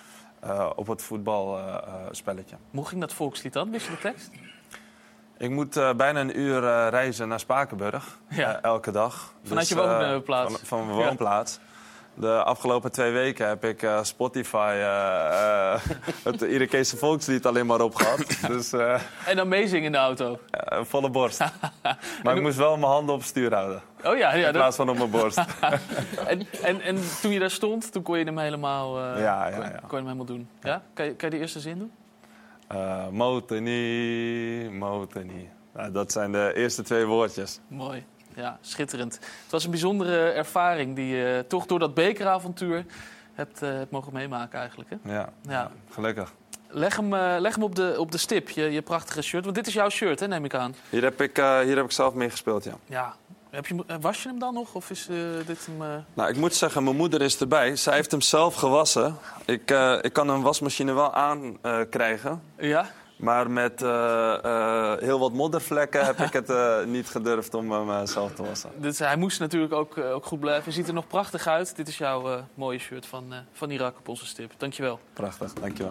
uh, op het voetbalspelletje. Uh, Hoe ging dat volkslied dan? Wist je de tekst? Ik moet uh, bijna een uur uh, reizen naar Spakenburg, ja. uh, elke dag. Vanuit dus, je woonplaats? Uh, van, van mijn woonplaats. Ja. De afgelopen twee weken heb ik uh, Spotify uh, uh, het Irakese volkslied alleen maar opgehad. Dus, uh, en dan meezingen in de auto? Uh, volle borst. Maar ik moest wel mijn handen op het stuur houden. Oh ja, ja, in plaats van op mijn borst. en, en, en toen je daar stond, toen kon je hem helemaal, uh, ja, ja, kon, ja. kon je hem helemaal doen? Ja? Kan, je, kan je de eerste zin doen? Uh, Moteni, Moteni. Nou, dat zijn de eerste twee woordjes. Mooi. Ja, schitterend. Het was een bijzondere ervaring die je toch door dat bekeravontuur hebt, uh, hebt mogen meemaken eigenlijk. Hè? Ja, ja, gelukkig. Leg hem, uh, leg hem op, de, op de stip, je, je prachtige shirt. Want dit is jouw shirt, hè, neem ik aan. Hier heb ik, uh, hier heb ik zelf mee gespeeld, ja. Ja. Heb je, was je hem dan nog? Of is uh, dit hem... Uh... Nou, ik moet zeggen, mijn moeder is erbij. Zij heeft hem zelf gewassen. Ik, uh, ik kan een wasmachine wel aankrijgen. Uh, ja? Maar met uh, uh, heel wat moddervlekken heb ik het uh, niet gedurfd om hem uh, zelf te wassen. Dus hij moest natuurlijk ook, uh, ook goed blijven. Hij ziet er nog prachtig uit. Dit is jouw uh, mooie shirt van, uh, van Irak op onze stip. Dankjewel. Prachtig, dankjewel.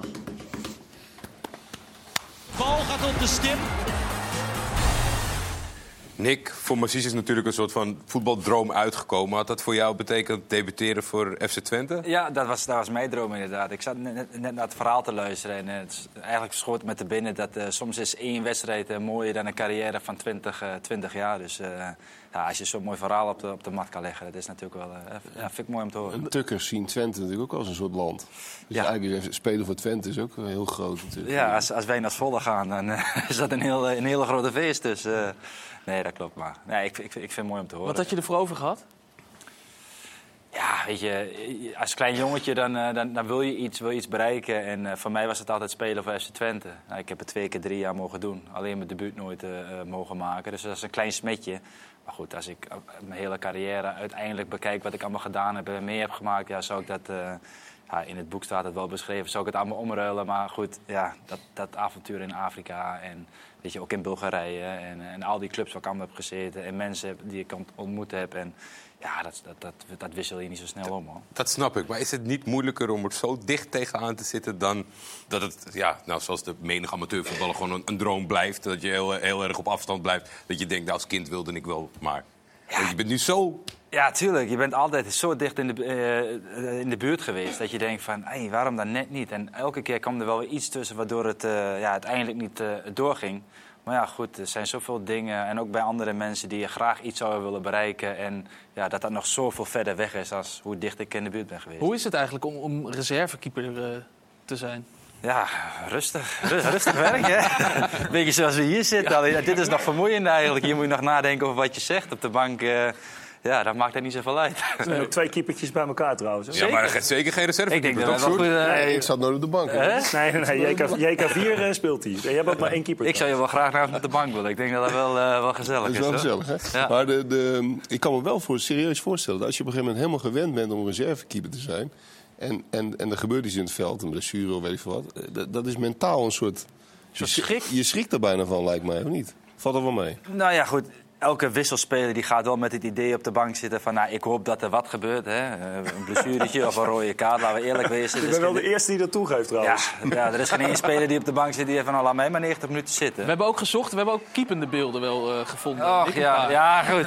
Bal gaat op de stip. Nick, voor Massis is natuurlijk een soort van voetbaldroom uitgekomen. Had dat voor jou betekend debuteren voor F C Twente? Ja, dat was, dat was mijn droom inderdaad. Ik zat net, net naar het verhaal te luisteren. En het, eigenlijk schoot me te binnen dat uh, soms is één wedstrijd uh, mooier dan een carrière van twintig, uh, twintig jaar. Dus uh, ja, als je zo'n mooi verhaal op de, op de mat kan leggen, dat is natuurlijk wel, uh, ja, vind ik mooi om te horen. En Tukkers zien Twente natuurlijk ook als een soort land. Dus ja. eigenlijk spelen voor Twente is ook heel groot natuurlijk. Ja, als, als wij naar Zwolle gaan, dan uh, is dat een, heel, een hele grote feest. Dus... Uh, Nee, dat klopt maar. Nee, ik, ik, ik vind het mooi om te horen. Wat had je ervoor over gehad? Ja, weet je, als klein jongetje dan, dan, dan wil je iets, wil je iets bereiken. En uh, voor mij was het altijd spelen voor F C Twente. Nou, ik heb het twee keer drie jaar mogen doen. Alleen mijn debuut nooit uh, mogen maken. Dus dat is een klein smetje. Maar goed, als ik uh, mijn hele carrière uiteindelijk bekijk wat ik allemaal gedaan heb en mee heb gemaakt, ja, zou ik dat... Uh, Ja, in het boek staat het wel beschreven, zou ik het allemaal omruilen. Maar goed, ja, dat, dat avontuur in Afrika en weet je, ook in Bulgarije en, en al die clubs waar ik allemaal heb gezeten en mensen die ik ontmoet heb. En ja, dat, dat, dat, dat wissel je niet zo snel om, hoor. Dat snap ik. Maar is het niet moeilijker om er zo dicht tegenaan te zitten dan dat het, ja, nou, zoals de menige amateurvoetballer gewoon een, een droom blijft. Dat je heel, heel erg op afstand blijft. Dat je denkt, nou, als kind wilde ik wel, maar... Ja. Je bent nu zo... Ja, tuurlijk. Je bent altijd zo dicht in de, uh, in de buurt geweest dat je denkt van, hey, waarom dan net niet? En elke keer kwam er wel weer iets tussen waardoor het uh, ja, uiteindelijk niet uh, doorging. Maar ja, goed, er zijn zoveel dingen en ook bij andere mensen die graag iets zouden willen bereiken. En ja, dat dat nog zoveel verder weg is als hoe dicht ik in de buurt ben geweest. Hoe is het eigenlijk om, om reservekeeper uh, te zijn? Ja, rustig. Rustig werk, hè? Beetje zoals we hier zitten. Ja. Dit is nog vermoeiend eigenlijk. Hier moet je nog nadenken over wat je zegt op de bank. Uh, ja, dat maakt er niet zoveel uit. Er zijn ook twee keepertjes bij elkaar trouwens. Hè? Ja, maar er zeker geen reserve. Ik denk dat, dat wel goed... Uh, nee, ik zat nooit op de bank. Uh? Nee, nee, nee. J K vier speelt hij. Je hebt ook maar één keeper. Ik zou je wel graag naar op de bank willen. Ik denk dat dat wel, uh, wel gezellig is. Dat is wel hoor. gezellig, hè? Ja. Maar de, de, ik kan me wel voor, serieus voorstellen dat als je op een gegeven moment helemaal gewend bent om reservekeeper te zijn... En, en, en er gebeurt iets in het veld, een blessure of weet ik veel wat. Dat, dat is mentaal een soort... Je, schrik. je schrikt er bijna van, lijkt mij, of niet? Valt er wel mee? Nou ja, goed. Elke wisselspeler die gaat wel met het idee op de bank zitten van... Nou, ik hoop dat er wat gebeurt, hè. Een blessuretje of een rode kaart, laten we eerlijk wezen. Ik ben wel de eerste die dat toegeeft trouwens. Ja, ja, er is geen één speler die op de bank zit die heeft van... laat mij maar negentig minuten zitten. We hebben ook gezocht, we hebben ook keepende beelden wel uh, gevonden. Och, ja, ja, goed.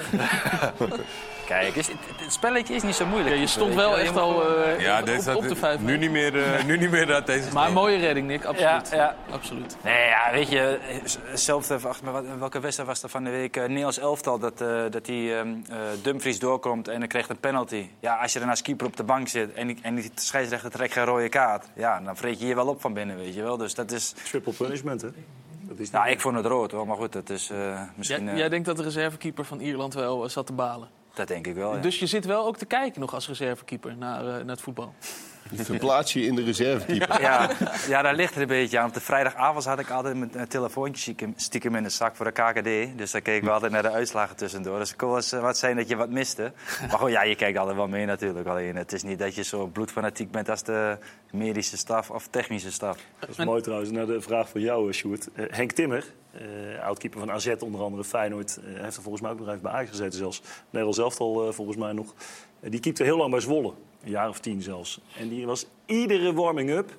Kijk, is, het, het spelletje is niet zo moeilijk. Ja, je stond wel echt al uh, ja, op, deze, op, op de vijf. Nu niet meer, uh, nu niet meer dat deze. Maar een mooie redding, Nick. Absoluut. Ja, ja. Absoluut. Nee, ja, weet je, zelf, wacht, welke wedstrijd was er van de week? Uh, Nederlands elftal, dat, uh, dat die um, uh, Dumfries doorkomt en dan krijgt een penalty. Ja, als je dan als keeper op de bank zit en die, en die scheidsrechter trekt geen rode kaart... ja, dan vreet je je wel op van binnen, weet je wel. Dus dat is... Triple punishment, hè? Dat is nou, ik vond het rood, hoor. Maar goed, dat is uh, misschien... Jij, uh... jij denkt dat de reservekeeper van Ierland wel uh, zat te balen? Dat denk ik wel, ja. Dus je zit wel ook te kijken nog als reservekeeper naar, uh, naar het voetbal? Je verplaats je in de reservekeeper. Ja, ja, daar ligt het een beetje aan. Op de vrijdagavond had ik altijd mijn telefoontje stiekem in de zak voor de K K D. Dus daar keken we altijd naar de uitslagen tussendoor. Dus het kon wel eens wat zijn dat je wat miste. Maar goed, ja, je kijkt altijd wel mee natuurlijk. Alleen het is niet dat je zo bloedfanatiek bent als de medische staf of technische staf. Dat is mooi trouwens. Naar de vraag van jou, Sjoerd. Uh, Henk Timmer, uh, oudkeeper van A Z, onder andere Feyenoord. Uh, heeft er volgens mij ook nog even bij Ajax gezeten zelfs. Nederland zelf al uh, volgens mij nog. Uh, die keepte heel lang bij Zwolle. Een jaar of tien zelfs. En die was iedere warming-up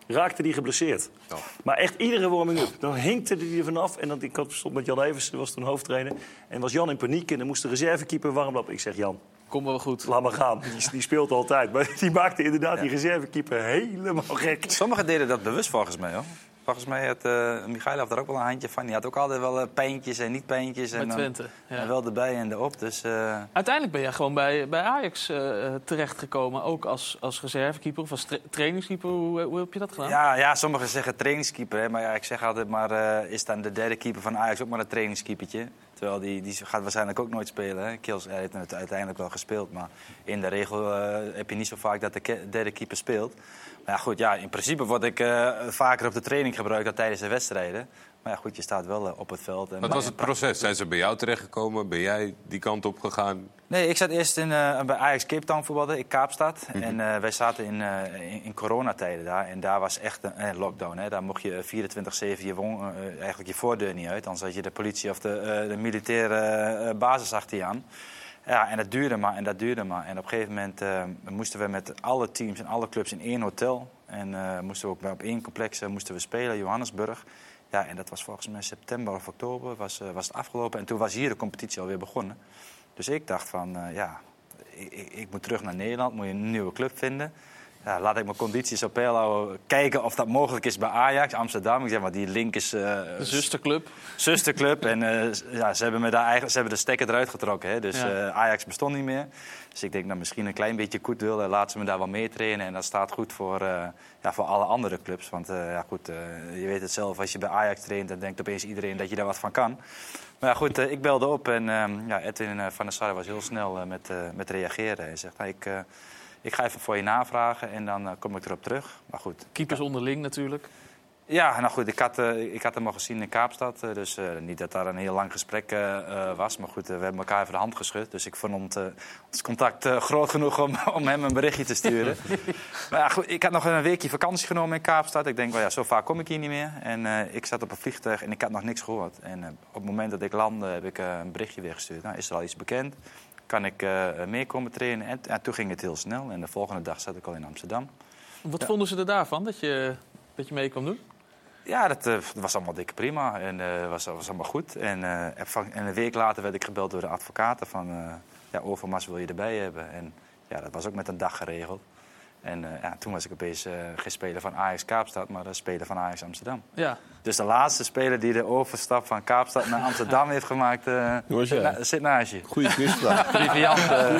raakte die geblesseerd. Oh. Maar echt iedere warming-up. Dan hinkte hij er vanaf. En dan, ik had stond met Jan Evers, die was toen hoofdtrainer. En was Jan in paniek. En dan moest de reservekeeper warm lopen. Ik zeg, Jan, kom wel goed. Laat maar gaan. Die, die speelt altijd. Maar die maakte inderdaad ja. die reservekeeper helemaal gek. Sommigen deden dat bewust volgens mij, hoor. Volgens mij had uh, Michailov er ook wel een handje van. Die had ook altijd wel uh, pijntjes en niet pijntjes. Bij en, Twente. Ja. En wel erbij en erop. Dus, uh... Uiteindelijk ben jij gewoon bij, bij Ajax uh, terechtgekomen. Ook als, als reservekeeper of als tra trainingskeeper. Hoe, hoe heb je dat gedaan? Ja, ja, sommigen zeggen trainingskeeper. Hè, maar ja, ik zeg altijd maar, uh, is dan de derde keeper van Ajax ook maar een trainingskeepertje? Terwijl die, die gaat waarschijnlijk ook nooit spelen. Hè. Kils heeft het uiteindelijk wel gespeeld. Maar in de regel uh, heb je niet zo vaak dat de derde keeper speelt. Maar ja, goed, ja, in principe word ik uh, vaker op de training gebruikt dan tijdens de wedstrijden. Maar ja, goed, je staat wel uh, op het veld. En wat was het proces? Zijn ze bij jou terechtgekomen? Ben jij die kant op gegaan? Nee, ik zat eerst in, uh, bij Ajax Cape Town voetballen, in Kaapstad. Mm-hmm. En uh, wij zaten in, uh, in, in coronatijden daar. En daar was echt een, een lockdown. Hè. Daar mocht je vierentwintig zeven je, woon, uh, eigenlijk je voordeur niet uit. Anders had je de politie of de, uh, de militaire uh, basis achter je aan. Ja, en dat duurde maar en dat duurde maar. En op een gegeven moment uh, moesten we met alle teams en alle clubs in één hotel. En uh, moesten we ook op één complex uh, moesten we spelen, Johannesburg. Ja, en dat was volgens mij september of oktober was, uh, was het afgelopen. En toen was hier de competitie alweer begonnen. Dus ik dacht van, uh, ja, ik, ik moet terug naar Nederland, moet je een nieuwe club vinden. Ja, laat ik mijn condities op peil houden, kijken of dat mogelijk is bij Ajax, Amsterdam. Ik zeg maar, die link is... Uh, de zusterclub. Zusterclub. En uh, ja, ze hebben me daar eigenlijk, ze hebben de stekker eruit getrokken. Hè. Dus ja. uh, Ajax bestond niet meer. Dus ik denk, nou, misschien een klein beetje goed willen. Laten ze me daar wel mee trainen. En dat staat goed voor, uh, ja, voor alle andere clubs. Want uh, ja, goed, uh, je weet het zelf, als je bij Ajax traint, dan denkt opeens iedereen dat je daar wat van kan. Maar ja, goed, uh, ik belde op en uh, ja, Edwin uh, van der Sar was heel snel uh, met, uh, met reageren. Hij zegt, nou, ik... Uh, Ik ga even voor je navragen en dan uh, kom ik erop terug. Maar goed. Keepers onderling natuurlijk. Ja, nou goed, ik had, uh, ik had hem al gezien in Kaapstad. Uh, dus uh, niet dat daar een heel lang gesprek uh, was. Maar goed, uh, we hebben elkaar even de hand geschud. Dus ik vond uh, ons contact uh, groot genoeg om, om hem een berichtje te sturen. Maar ja, goed, ik had nog een weekje vakantie genomen in Kaapstad. Ik denk, well, ja, zo vaak kom ik hier niet meer. En uh, ik zat op een vliegtuig en ik had nog niks gehoord. En uh, op het moment dat ik landde heb ik uh, een berichtje weer gestuurd. Nou, is er al iets bekend? Kan ik uh, mee komen trainen? En, en toen ging het heel snel. En de volgende dag zat ik al in Amsterdam. Wat ja. vonden ze er daarvan, dat je, dat je mee kon doen? Ja, dat, uh, dat was allemaal dikke prima. En dat uh, was, was allemaal goed. En, uh, en een week later werd ik gebeld door de advocaten van... Uh, ja, Overmars wil je erbij hebben. En ja, dat was ook met een dag geregeld. En uh, ja, toen was ik opeens uh, geen speler van Ajax Kaapstad, maar de speler van Ajax Amsterdam. Ja. Dus de laatste speler die de overstap van Kaapstad naar Amsterdam heeft gemaakt, uh, zit, na, zit naast je. Goeie quizvraag. Triviant. Uh.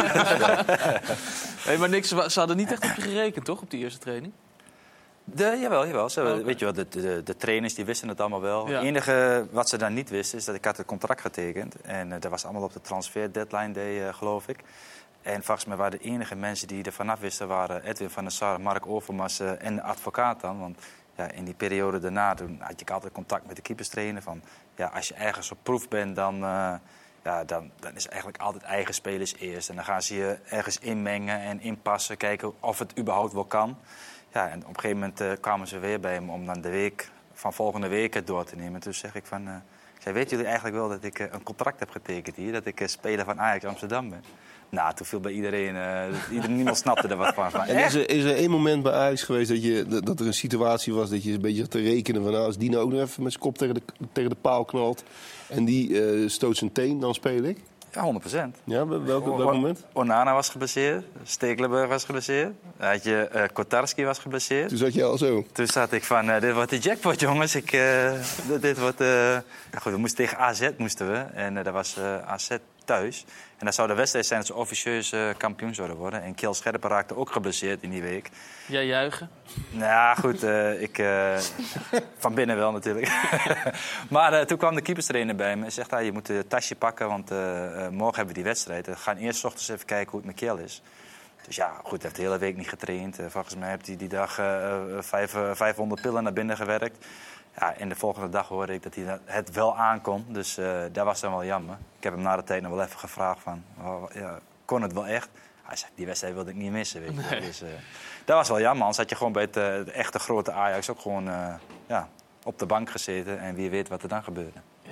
Hey, maar niks, ze hadden niet echt op je gerekend, toch, op die eerste training? De, jawel, jawel. Ze, okay. Weet je wel, de, de, de trainers die wisten het allemaal wel. Ja. Het enige wat ze dan niet wisten is dat ik had een contract getekend. En uh, dat was allemaal op de transfer deadline day, uh, geloof ik. En volgens mij waren de enige mensen die er vanaf wisten... waren Edwin van der Sar, Mark Overmars uh, en de advocaat dan. Want ja, in die periode daarna toen had ik altijd contact met de keeperstrainer. Van, ja, als je ergens op proef bent, dan, uh, ja, dan, dan is eigenlijk altijd eigen spelers eerst. En dan gaan ze je ergens inmengen en inpassen, kijken of het überhaupt wel kan. Ja, en op een gegeven moment uh, kwamen ze weer bij hem om dan de week van volgende week het door te nemen. En toen zeg ik van... Uh, zei, weten jullie eigenlijk wel dat ik uh, een contract heb getekend hier? Dat ik uh, speler van Ajax Amsterdam ben? Nou, toen viel bij iedereen... Uh, iedereen niemand snapte er wat van. van en is er, is er één moment bij Ajax geweest dat, je, dat er een situatie was... dat je een beetje te rekenen van... Nou, als die nou ook nog even met zijn kop tegen de, tegen de paal knalt... en die uh, stoot zijn teen, dan speel ik? Ja, honderd procent. Ja, welk, welk moment? Onana was geblesseerd, Stekelenburg was geblesseerd. Dan had je uh, Kotarski was geblesseerd. Toen zat je al zo? Toen zat ik van, uh, dit wordt de jackpot, jongens. Ik, uh, dit, dit wordt... Uh... Ja, goed, we moesten tegen A Z moesten we. En uh, dat was uh, A Z thuis. En dat zou de wedstrijd zijn dat ze officieus uh, kampioen zouden worden. En Kjell Scherpen raakte ook geblesseerd in die week. Jij juichen? Nou goed, uh, ik, uh, van binnen wel natuurlijk. Maar uh, toen kwam de keeperstrainer bij me en zegt... Ah, je moet het tasje pakken, want uh, uh, morgen hebben we die wedstrijd. We gaan eerst 's ochtends even kijken hoe het met Kjell is. Dus ja, goed, hij heeft de hele week niet getraind. Uh, volgens mij heeft hij die dag uh, vijf, uh, vijfhonderd pillen naar binnen gewerkt. Ja, en de volgende dag hoorde ik dat hij het wel aankon. Dus uh, dat was dan wel jammer. Ik heb hem na de tijd nog wel even gevraagd van... Oh, ja, kon het wel echt? Hij zegt, die wedstrijd wilde ik niet missen. Weet je. Nee. Dus, uh, dat was wel jammer. Anders had je gewoon bij het uh, echte grote Ajax ook gewoon uh, ja, op de bank gezeten. En wie weet wat er dan gebeurde. Ja,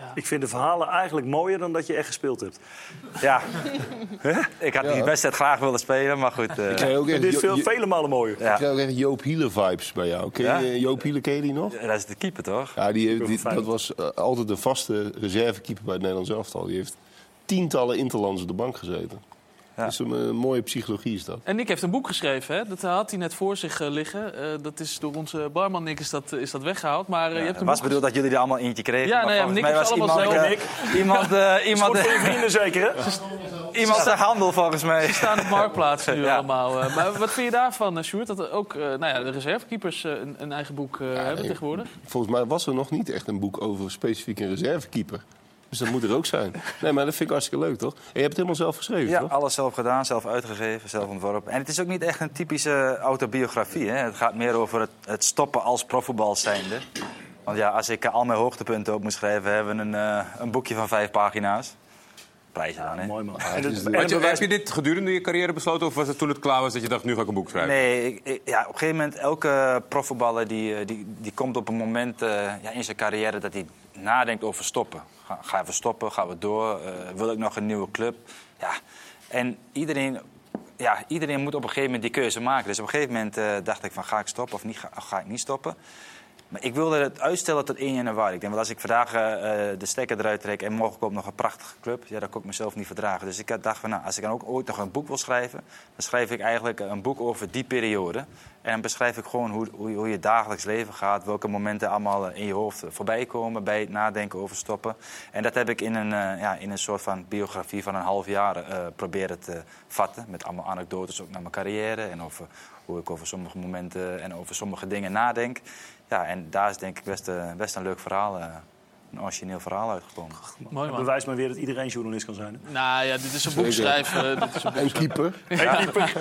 Ja. Ik vind de verhalen eigenlijk mooier dan dat je echt gespeeld hebt. Ja, ik had die ja. wedstrijd graag willen spelen, maar goed. Uh... Ik ook echt, dit is veel, vele malen mooier. Ja. Ik krijg ook echt Joop Hiele vibes bij jou. Ken je ja? Joop Hiele, ken je die nog? Ja, dat is de keeper, toch? Ja, die, die, dat was uh, altijd de vaste reservekeeper bij het Nederlands elftal. Die heeft tientallen interlands op de bank gezeten. Ja. Dat is een uh, mooie psychologie is dat. En Nick heeft een boek geschreven, hè? Dat had hij net voor zich uh, liggen. Uh, dat is door onze barman Nick is dat, is dat weggehaald. Maar uh, ja, je hebt het was bedoeld dat jullie er allemaal eentje kregen. Ja, nee, ja, Nick heeft allemaal iemand, zelf. Uh, iemand, uh, iemand, voor je vrienden zeker, hè? Iemand zegt handel volgens mij. Ze staan op Marktplaats nu ja. allemaal. Uh, maar wat vind je daarvan, uh, Sjoerd? Dat er ook uh, nou ja, de reservekeepers uh, een, een eigen boek uh, ja, hebben nee, tegenwoordig? Volgens mij was er nog niet echt een boek over specifiek een reservekeeper. Dus dat moet er ook zijn. Nee, maar dat vind ik hartstikke leuk, toch? En je hebt het helemaal zelf geschreven, ja, toch? Ja, alles zelf gedaan, zelf uitgegeven, zelf ontworpen. En het is ook niet echt een typische autobiografie. Hè? Het gaat meer over het, het stoppen als profvoetbal zijnde. Want ja, als ik al mijn hoogtepunten op moet schrijven... hebben we een, uh, een boekje van vijf pagina's. Prijzen dan, hè? Mooi, man. Ja, en het, en je, heb je dit gedurende je carrière besloten... of was het toen het klaar was dat je dacht, nu ga ik een boek schrijven? Nee, ik, ik, ja, op een gegeven moment... elke profvoetballer die, die, die komt op een moment uh, ja, in zijn carrière... dat hij nadenkt over stoppen. Ga, gaan we stoppen? Gaan we door? Uh, wil ik nog een nieuwe club? Ja, en iedereen... Ja, iedereen moet op een gegeven moment die keuze maken. Dus op een gegeven moment uh, dacht ik van... ga ik stoppen of niet, ga, ga ik niet stoppen? Maar ik wilde het uitstellen tot één januari. Ik denk, wel, als ik vandaag uh, de stekker eruit trek en morgen komt nog een prachtige club... ja, dan kon ik mezelf niet verdragen. Dus ik dacht van, nou, als ik dan ook ooit nog een boek wil schrijven... dan schrijf ik eigenlijk een boek over die periode. En dan beschrijf ik gewoon hoe, hoe, hoe je dagelijks leven gaat... welke momenten allemaal in je hoofd voorbij komen... bij het nadenken over stoppen. En dat heb ik in een, uh, ja, in een soort van biografie van een half jaar uh, proberen te vatten. Met allemaal anekdotes ook naar mijn carrière... en over hoe ik over sommige momenten en over sommige dingen nadenk... Ja, en daar is denk ik best, uh, best een leuk verhaal, uh, een origineel verhaal uitgekomen. Mooi, man. Bewijs maar weer dat iedereen journalist kan zijn. Hè? Nou ja, dit is een boek schrijven. Dit is een boek en keeper. Ja. En keeper.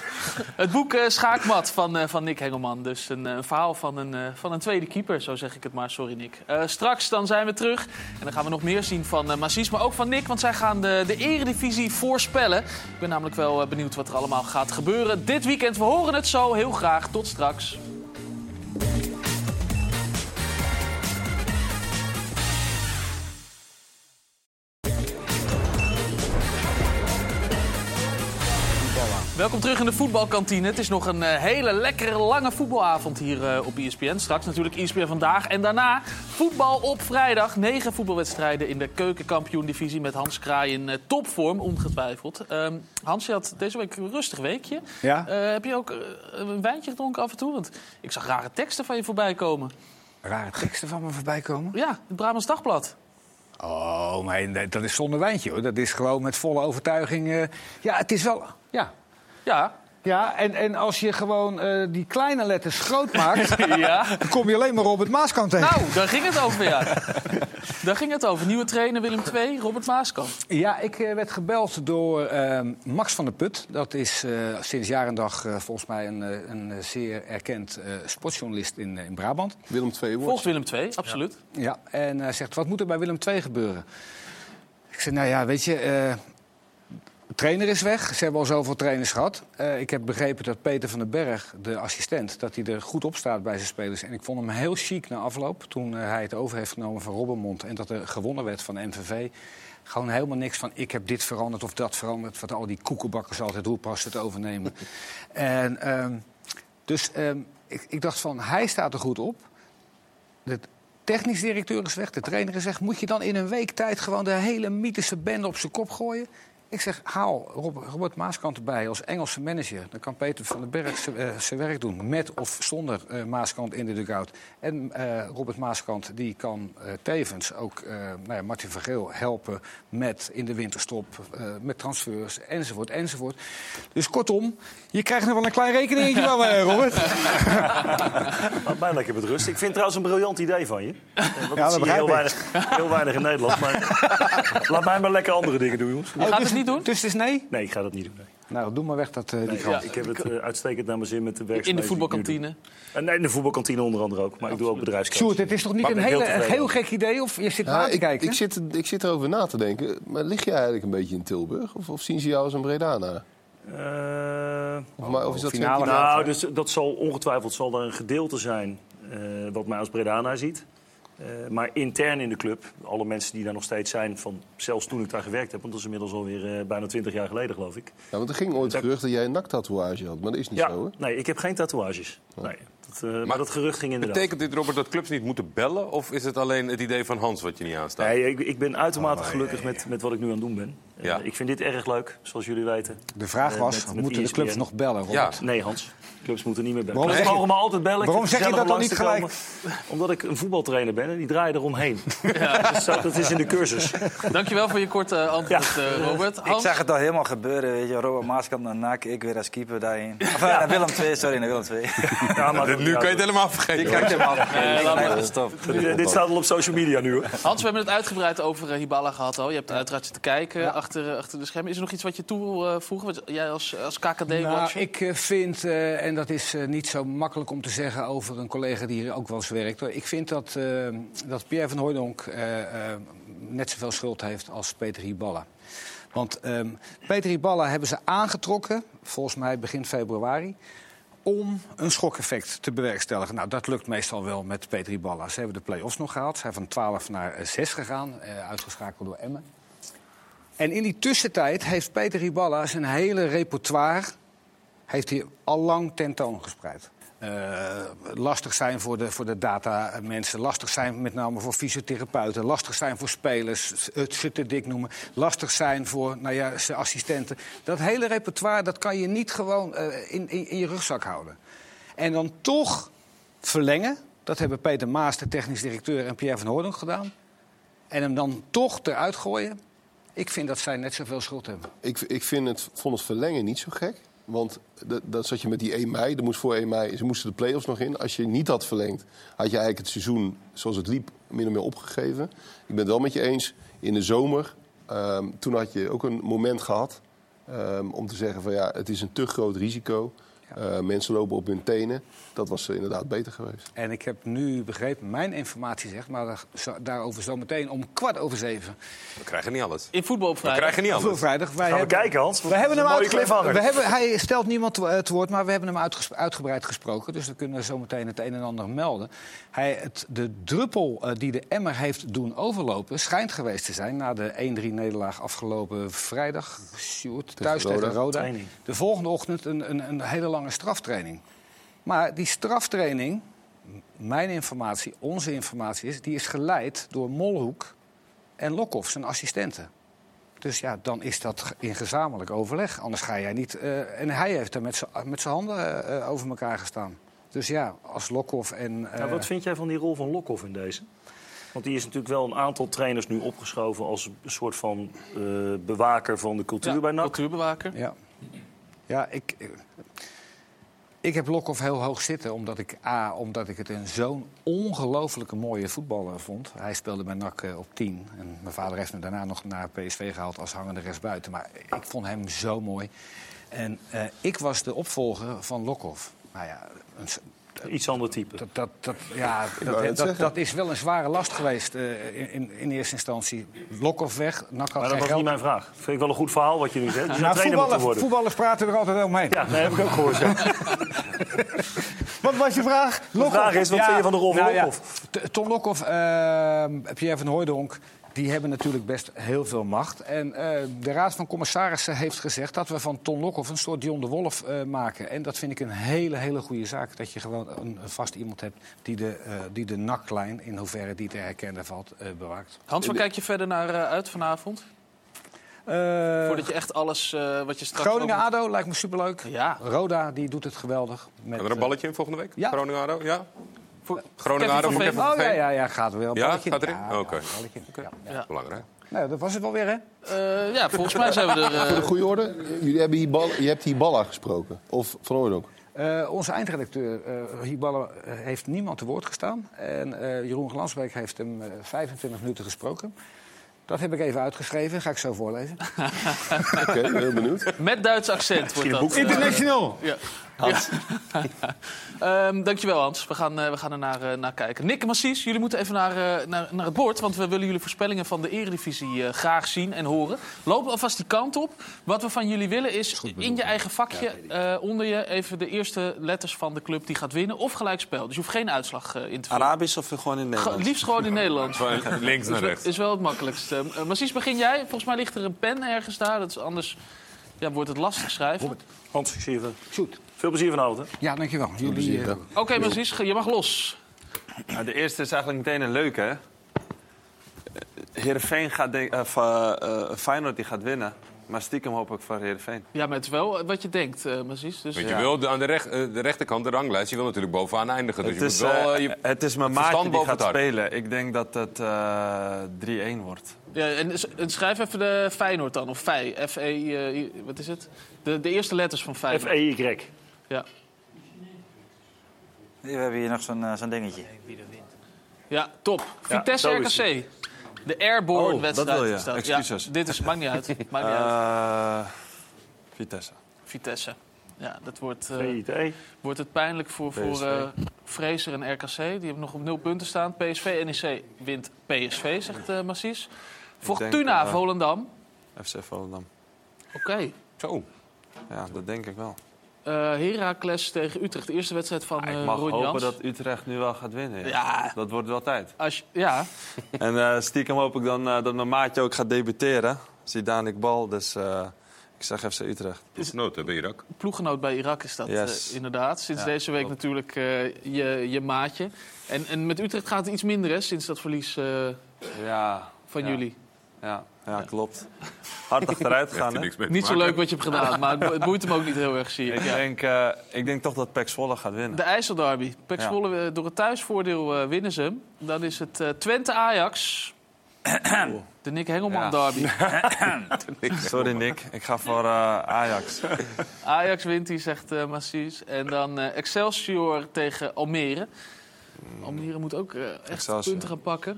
Het boek uh, Schaakmat van, uh, van Nick Hengelman. Dus een uh, verhaal van een, uh, van een tweede keeper, zo zeg ik het maar. Sorry, Nick. Uh, straks dan zijn we terug. En dan gaan we nog meer zien van uh, Massies, maar ook van Nick. Want zij gaan de, de eredivisie voorspellen. Ik ben namelijk wel uh, benieuwd wat er allemaal gaat gebeuren dit weekend. We horen het zo heel graag. Tot straks. Welkom terug in de voetbalkantine. Het is nog een uh, hele lekkere lange voetbalavond hier uh, op E S P N. Straks natuurlijk E S P N Vandaag. En daarna voetbal op vrijdag. Negen voetbalwedstrijden in de keukenkampioen-divisie met Hans Kraai in uh, topvorm, ongetwijfeld. Um, Hans, je had deze week een rustig weekje. Ja. Uh, heb je ook uh, een wijntje gedronken af en toe? Want ik zag rare teksten van je voorbij komen. Rare teksten van me voorbij komen? Ja, het Brabants Dagblad. Oh, maar dat is zonder wijntje, hoor. Dat is gewoon met volle overtuiging. Uh, ja, het is wel... Ja. Ja. Ja, en, en als je gewoon uh, die kleine letters groot maakt... ja. dan kom je alleen maar Robert Maaskant tegen. Nou, daar ging het over, ja. Daar ging het over. Nieuwe trainer Willem twee, Robert Maaskant. Ja, ik uh, werd gebeld door uh, Max van der Put. Dat is uh, sinds jaar en dag uh, volgens mij een, uh, een zeer erkend uh, sportjournalist in, uh, in Brabant. Willem twee wordt. Volgens Willem twee, absoluut. Ja, ja. En hij uh, zegt, wat moet er bij Willem twee gebeuren? Ik zeg, nou ja, weet je... Uh, De trainer is weg. Ze hebben al zoveel trainers gehad. Uh, ik heb begrepen dat Peter van den Berg, de assistent... dat hij er goed op staat bij zijn spelers. En ik vond hem heel chic na afloop... toen uh, hij het over heeft genomen van Robbenmond... en dat er gewonnen werd van de M V V. Gewoon helemaal niks van ik heb dit veranderd of dat veranderd... wat al die koekenbakkers altijd roepassen te overnemen. en, um, dus um, ik, ik dacht van, hij staat er goed op. De technisch directeur is weg, de trainer is weg. Moet je dan in een week tijd gewoon de hele mythische bende op zijn kop gooien... Ik zeg, haal Robert Maaskant erbij als Engelse manager. Dan kan Peter van den Berg zijn uh, werk doen. Met of zonder uh, Maaskant in de dugout. En uh, Robert Maaskant die kan uh, tevens ook uh, nou ja, Martin van Geel helpen met in de winterstop. Uh, met transfers enzovoort enzovoort. Dus kortom, je krijgt nog wel een klein rekeningetje van mij, Robert. Laat mij lekker met rust. Ik vind het trouwens een briljant idee van je. Want ja, dat zie je heel weinig, heel weinig in Nederland. Maar laat mij maar lekker andere dingen doen, jongens. Je gaat het niet doen? Dus het is nee? Nee, ik ga dat niet doen. Nee. Nou, doe maar weg dat, uh, die nee, krant. Ja, ik heb het uh, uitstekend naar mijn zin met de werkzaamheden. In de voetbalkantine? En nee, in de voetbalkantine onder andere ook. Maar ja, ik doe ook bedrijfscoach. Sjoerd, het is toch niet een, hele, een heel gek idee? Of je zit ja, na te ik, kijken? Ik zit, ik zit erover na te denken. Maar lig je eigenlijk een beetje in Tilburg? Of, of zien ze jou als een Bredana? Uh, of, maar, of is dat finale? Nou, dus, dat zal ongetwijfeld zal er een gedeelte zijn uh, wat mij als Bredana ziet. Uh, maar intern in de club, alle mensen die daar nog steeds zijn, van, zelfs toen ik daar gewerkt heb, want dat is inmiddels alweer uh, bijna twintig jaar geleden, geloof ik. Ja, want er ging ooit het gerucht dat jij een naktatoeage had, maar dat is niet ja, zo, hè? Nee, ik heb geen tatoeages. Oh. Nee, dat, uh, maar, maar dat gerucht ging inderdaad. Betekent dit, Robert, dat clubs niet moeten bellen? Of is het alleen het idee van Hans wat je niet aanstaat? Nee, ik, ik ben uitermate oh, gelukkig ja, ja, ja. Met, met wat ik nu aan het doen ben. Ja. Uh, ik vind dit erg leuk, zoals jullie weten. De vraag was, uh, met, met moeten de clubs nog bellen, Robert? Ja. Nee, Hans. Clubs moeten niet meer bellen. Waarom Clubs mogen me altijd bellen. Waarom zeg je dat dan niet gelijk? Omdat ik een voetbaltrainer ben en die draaien eromheen. Ja. Dus dat is in de cursus. Dankjewel voor je korte antwoord, ja. uh, Robert. Hans? Ik zag het al helemaal gebeuren. Weet je. Robert Maaskant naar N A C, ik weer als keeper daarin. Of uh, naar Willem twee, sorry, naar Willem twee. Ja, maar nu kan je het helemaal vergeten. Die kan ik helemaal vergeten. Nee, nee, stop. Dit, dit staat al op social media nu, hoor. Hans, we hebben het uitgebreid over uh, Hiballa gehad al. Je hebt uiteraard zitten kijken ja. achter, uh, achter de schermen. Is er nog iets wat je toe wil uh, voegen? Wat, jij als, als K K D-watcher? Nou, ik uh, vind, uh, en dat is uh, niet zo makkelijk om te zeggen over een collega die hier ook wel eens werkt. Hoor. Ik vind dat, uh, dat Pierre van Hooijdonk uh, uh, net zoveel schuld heeft als Peter Hiballa. Want um, Peter Hiballa hebben ze aangetrokken, volgens mij begin februari, om een schokeffect te bewerkstelligen. Nou, dat lukt meestal wel met Peter Hiballa. Ze hebben de play-offs nog gehaald. Ze zijn van twaalf naar zes gegaan, uh, uitgeschakeld door Emmen. En in die tussentijd heeft Peter Hiballa zijn hele repertoire heeft hij al lang tentoongespreid. Uh, lastig zijn voor de, voor de datamensen, lastig zijn met name voor fysiotherapeuten, lastig zijn voor spelers, het ze te dik noemen, lastig zijn voor nou ja, zijn assistenten. Dat hele repertoire dat kan je niet gewoon uh, in, in, in je rugzak houden. En dan toch verlengen, dat hebben Peter Maas, de technisch directeur, en Pierre van Hooijdonk gedaan. En hem dan toch eruit gooien. Ik vind dat zij net zoveel schuld hebben. Ik, ik vind het, vond het verlengen niet zo gek. Want dat, dat zat je met die één mei. Er moest voor één mei, ze moesten de play-offs nog in. Als je niet had verlengd, had je eigenlijk het seizoen zoals het liep min of meer opgegeven. Ik ben het wel met je eens. In de zomer, um, toen had je ook een moment gehad um, om te zeggen van ja, het is een te groot risico. Ja. Uh, mensen lopen op hun tenen. Dat was uh, inderdaad beter geweest. En ik heb nu begrepen, mijn informatie zegt, maar daar, zo, daarover zo meteen om kwart over zeven. We krijgen niet alles. In voetbal op vrijdag. We krijgen niet alles. Vrijdag. Wij Gaan hebben, we kijken, Hans. We hebben hem uitge- we hebben, hij stelt niemand het woord, maar we hebben hem uitges- uitgebreid gesproken. Dus we kunnen zo meteen het een en ander melden. Hij, het, de druppel uh, die de emmer heeft doen overlopen schijnt geweest te zijn na de één drie nederlaag afgelopen vrijdag. Sjoerd, thuis tegen Roda. Roda. De volgende ochtend een, een, een hele lange straftraining. Maar die straftraining, mijn informatie, onze informatie is, die is geleid door Molhoek en Lokhoff, zijn assistenten. Dus ja, dan is dat in gezamenlijk overleg. Anders ga jij niet... Uh, en hij heeft er met zijn handen uh, over elkaar gestaan. Dus ja, als Lokhoff en... Uh... Nou, wat vind jij van die rol van Lokhoff in deze? Want die is natuurlijk wel een aantal trainers nu opgeschoven als een soort van uh, bewaker van de cultuur ja, bij N A C. Cultuurbewaker. Ja, ja ik... Ik heb Lokhoff heel hoog zitten, omdat ik, A, omdat ik het een zo'n ongelooflijke mooie voetballer vond. Hij speelde bij N A C op tien. En mijn vader heeft me daarna nog naar P S V gehaald als hangende rechtsbuiten. Maar ik vond hem zo mooi. En uh, ik was de opvolger van Lokhoff. Nou ja, een, iets ander type. Dat, dat, dat, ja, dat, dat, dat is wel een zware last geweest uh, in, in eerste instantie. Lokhoff weg, N A C had maar dat geen was geld. niet mijn vraag. Vind ik wel een goed verhaal wat je nu zegt. Dus nou, voetballers, voetballers praten er altijd omheen. Ja, dat heb ik ook gehoord. Ja. Wat was je vraag? De vraag is, wat ja, vind je van de rol van nou, Lokhoff? Ja. Tom Lokhoff, uh, Pierre van Hooijdonk, die hebben natuurlijk best heel veel macht. En uh, de Raad van Commissarissen heeft gezegd dat we van Ton Lokhoff een soort Dion de Wolf uh, maken. En dat vind ik een hele, hele goede zaak. Dat je gewoon een, een vast iemand hebt die de, uh, die de N A C-lijn, in hoeverre die te herkennen valt, uh, bewaakt. Hans, waar kijk je verder naar uh, uit vanavond? Uh, Voordat je echt alles uh, wat je straks... Groningen-A D O lijkt me superleuk. Ja. Roda, die doet het geweldig. Met, kan er een balletje in volgende week? Ja. Groningen-A D O, ja? Voor Groningen-A D O voor Kevin van Veen? Oh ja, ja, ja, gaat er wel een ja, balletje in. Gaat erin? Ja, Oké. Okay. Okay. Ja. Ja. Belangrijk. Nou, dat was het wel weer, hè? Uh, ja, volgens mij zijn we er... Uh... Voor de goede orde, jullie hebben Hiballa, je hebt Hiballa gesproken. Of Van Hooijdonk? Uh, onze eindredacteur uh, Hiballa uh, heeft niemand te woord gestaan. En uh, Jeroen Glansbeek heeft hem uh, vijfentwintig minuten gesproken. Dat heb ik even uitgeschreven, ga ik zo voorlezen. Oké, okay, heel benieuwd. Met Duits accent wordt dat. International! Uh, ja. Hans. Ja. um, dankjewel, Hans. We gaan, uh, we gaan er naar, uh, naar kijken. Nick en Massis, jullie moeten even naar, uh, naar, naar het bord. Want we willen jullie voorspellingen van de Eredivisie uh, graag zien en horen. Loop alvast die kant op. Wat we van jullie willen is in je eigen vakje, uh, onder je, even de eerste letters van de club die gaat winnen. Of gelijkspel. Dus je hoeft geen uitslag uh, in te vullen. Arabisch of gewoon in Nederlands? Ga, liefst gewoon in Nederlands. Links naar rechts. Is wel het makkelijkste. Uh, Massis, begin jij. Volgens mij ligt er een pen ergens daar. Dat is anders ja, wordt het lastig schrijven. Hans, ik zie je. Goed. Veel plezier vanavond. Hè? Ja, dankjewel. Jullie. Uh... Oké, okay, Massis, je mag los. Nou, de eerste is eigenlijk meteen een leuke, hè? Heerenveen gaat denk, uh, uh, uh, Feyenoord die gaat winnen. Maar stiekem hoop ik voor Heerenveen. Ja, maar het is wel wat je denkt, uh, Massis. Dus... Want je ja. wil aan de, recht, uh, de rechterkant de ranglijst. Je wil natuurlijk bovenaan eindigen. Dus het, je is, moet wel, uh, je, het is mijn maatje die gaat spelen. Ik denk dat het uh, drie-een wordt. Ja, en, en schrijf even de Feyenoord dan. Of Fey. F E Uh, wat is het? De, de eerste letters van Feyenoord. F E Y. Ja. We hebben hier nog zo'n uh, zo'n dingetje. Ja, top. Ja, Vitesse R K C. De airborne oh, wedstrijd. Dat wil je. Staat. Excuses. Ja, dit is, maakt niet uit. Maakt niet uh, uit. Vitesse. Vitesse. Ja, dat wordt, uh, V I T. wordt het pijnlijk voor, voor uh, Fraser en R K C. Die hebben nog op nul punten staan. P S V N E C wint P S V, zegt uh, Massis. Fortuna, denk, uh, Volendam. F C Volendam. Oké. Okay. Zo. Ja, dat denk ik wel. Uh, Heracles tegen Utrecht. De eerste wedstrijd van uh, Ik mag Ron hopen Jans. dat Utrecht nu wel gaat winnen. Ja. Ja. Dat wordt wel tijd. Als je, ja. En uh, stiekem hoop ik dan uh, dat mijn maatje ook gaat debuteren. Zidane Iqbal, dus uh, ik zeg F C Utrecht. Ploeggenoot bij Irak. Ploeggenoot bij Irak is dat yes. uh, inderdaad. Sinds ja, deze week klopt. natuurlijk uh, je, je maatje. En, en met Utrecht gaat het iets minder, hè, sinds dat verlies uh, ja, van ja. jullie. Ja, ja, klopt. Hard achteruit gegaan, hè? Niet zo leuk wat je hebt gedaan, maar het boeit hem ook niet heel erg, zie je. Ik, ja. denk, uh, ik denk toch dat P E C Zwolle gaat winnen. De IJsselderby. P E C Ja. Zwolle, uh, door het thuisvoordeel uh, winnen ze hem. Dan is het uh, Twente-Ajax. De Nick Hengelman Ja. derby. Sorry Nick, ik ga voor uh, Ajax. Ajax wint die, zegt uh, Massis. En dan uh, Excelsior tegen Almere. Almere moet ook uh, echt Excelsior. punten gaan pakken.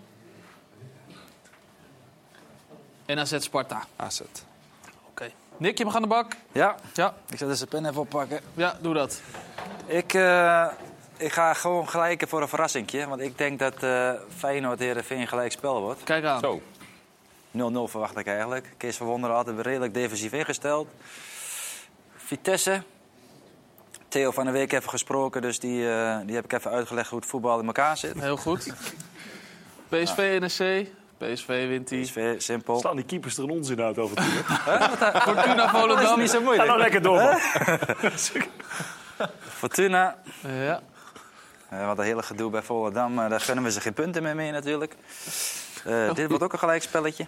En A Z Sparta. A Z. Oké. Okay. Nick, je mag aan de bak. Ja, Ja, ik zal dus de pen even oppakken. ja doe dat. Ik, uh, ik ga gewoon gelijk voor een verrassingje. Want ik denk dat uh, Feyenoord Heerenveen gelijk spel wordt. Kijk aan. Zo. nul nul verwacht ik eigenlijk. Kees van Wonderen altijd redelijk defensief ingesteld. Vitesse. Theo van der Week even gesproken, dus die, uh, die heb ik even uitgelegd hoe het voetbal in elkaar zit. Heel goed. P S V N E C. P S V wint die. P S V, simpel. Staan die keepers er een onzin uit over het uur? Fortuna Dat is Volendam. niet zo Ga moeilijk. nou lekker door, man. Fortuna. Ja. Uh, wat een hele gedoe bij Volendam. Uh, daar gunnen we ze geen punten meer mee natuurlijk. Uh, dit wordt ook een gelijkspelletje.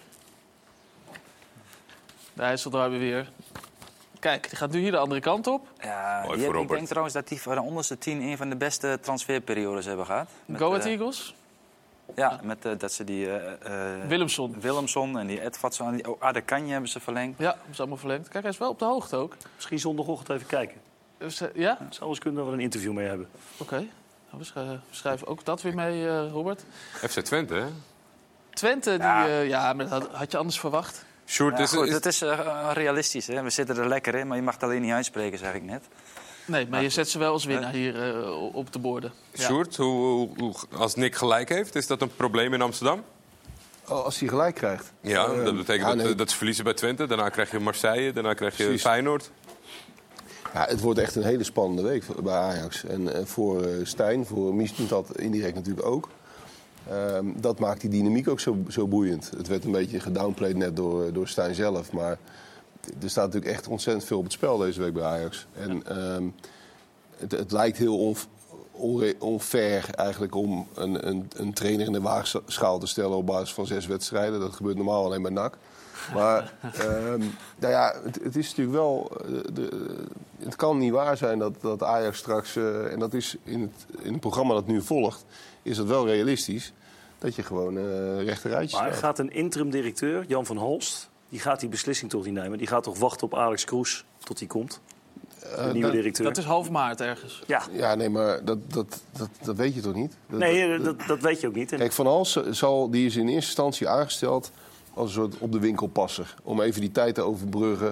De IJsselderby weer. Kijk, die gaat nu hier de andere kant op. Ja, Mooi die, voor ik Robert. denk trouwens dat die voor de onderste tien een van de beste transferperiodes hebben gehad. Met, Go Ahead uh, Eagles. Ja, met uh, dat ze die... Uh, uh, Willemson. Willemson en die Edvardson. en die- Oh, Adekanje hebben ze verlengd. Ja, dat is allemaal verlengd. Kijk, hij is wel op de hoogte ook. Misschien zondagochtend even kijken. Dus, uh, ja? Het zou eens kunnen dat we er een interview mee hebben. Oké. Okay. Nou, we sch- we schrijven ook dat weer mee, uh, Robert. F C Twente, hè? Twente, die, Ja. uh, ja, maar dat had, had je anders verwacht. Sjoerd, Ja, is, goed, is, het is uh, realistisch. Hè? We zitten er lekker in, maar je mag het alleen niet uitspreken, zeg ik net. Nee, maar je zet ze wel als winnaar hier uh, op de borden. Ja. Sjoerd, hoe, hoe, hoe- als Nick gelijk heeft, is dat een probleem in Amsterdam? Oh, als hij gelijk krijgt. Ja, Eh, dat betekent ja, dat, nee. dat ze verliezen bij Twente. Daarna krijg je Marseille, daarna krijg je Precies. Feyenoord. Ja, het wordt echt een hele spannende week bij Ajax. En eh, voor eh, Stijn, voor Mislintat indirect natuurlijk ook. Ehm, dat maakt die dynamiek ook zo, zo boeiend. Het werd een beetje gedownplayed net door, door Stijn zelf. Maar er staat natuurlijk echt ontzettend veel op het spel deze week bij Ajax. En ehm, het, het lijkt heel onf, onre, onfair eigenlijk om een, een, een trainer in de waagschaal te stellen op basis van zes wedstrijden. Dat gebeurt normaal alleen bij N A C. Maar ehm, nou ja, het, het is natuurlijk wel... eh, De, het kan niet waar zijn dat, dat Ajax straks... Uh, en dat is in het, in het programma dat nu volgt... is dat wel realistisch dat je gewoon uh, rechterrijtje Maar staat. gaat een interim-directeur, Jan van Halst... die gaat die beslissing toch niet nemen? Die gaat toch wachten op Alex Kroes tot hij komt? De Uh, nieuwe dat, directeur. Dat is half maart ergens. Ja. Ja, nee, maar dat, dat, dat, dat weet je toch niet? Dat, Nee, dat, dat weet je ook niet. En Kijk, Van Hals zal, die is in eerste instantie aangesteld als een soort op de winkelpasser. Om even die tijd te overbruggen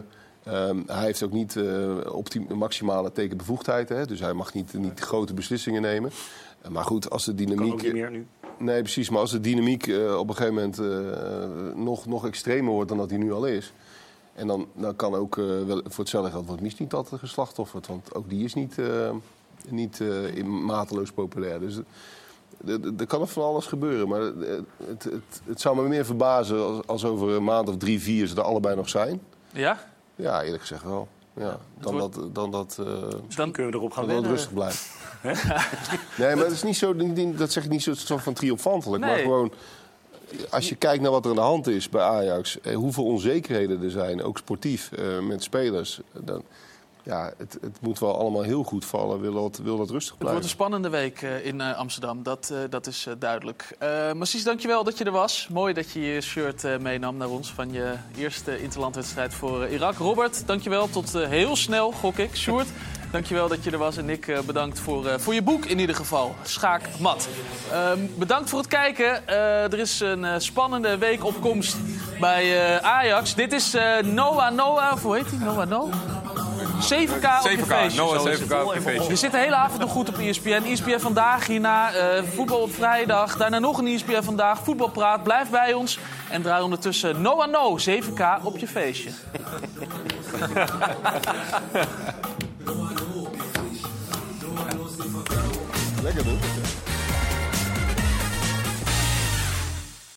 Um, hij heeft ook niet uh, optim- maximale tekenbevoegdheid. Hè? Dus hij mag niet, niet grote beslissingen nemen. Uh, maar goed, als de dynamiek... Kan ook niet meer nu. Nee, precies. Maar als de dynamiek uh, op een gegeven moment uh, nog, nog extremer wordt dan dat hij nu al is... En dan, dan kan ook, uh, wel, voor hetzelfde geld wordt Mies niet altijd geslachtofferd. Want ook die is niet, uh, niet uh, mateloos populair. Dus er kan er van alles gebeuren. Maar het, het, het zou me meer verbazen als, als over een maand of drie, vier ze er allebei nog zijn. Ja? Ja, eerlijk gezegd wel. Ja, dan wordt... dat, dan dat, uh, dan kunnen we erop gaan dan dat het rustig blijft. Nee, maar het is niet zo, dat zeg ik niet zo, zo van triomfantelijk. Nee. Maar gewoon, als je kijkt naar wat er aan de hand is bij Ajax... Eh, hoeveel onzekerheden er zijn, ook sportief, uh, met spelers... Dan, ja, het, het moet wel allemaal heel goed vallen, wil dat, wil dat rustig blijven. Het wordt een spannende week uh, in uh, Amsterdam, dat, uh, dat is uh, duidelijk. Uh, Massis, dankjewel dat je er was. Mooi dat je je shirt uh, meenam naar ons van je eerste interlandwedstrijd voor uh, Irak. Robert, dankjewel. Tot uh, heel snel, gok ik. Sjoerd, dankjewel dat je er was. En Nick, uh, bedankt voor, uh, voor je boek in ieder geval. Schaakmat. Uh, bedankt voor het kijken. Uh, er is een uh, spannende week op komst bij uh, Ajax. Dit is uh, Noah Noah, of hoe heet hij? Noah Noah? zeven K op je feestje. Noah zeven K op je feestje. Je zit de hele avond nog goed op E S P N. E S P N Vandaag hierna, uh, voetbal op vrijdag. Daarna nog een E S P N Vandaag, voetbalpraat. Blijf bij ons. En draai ondertussen Noah No, zeven K op je feestje. Lekker doen.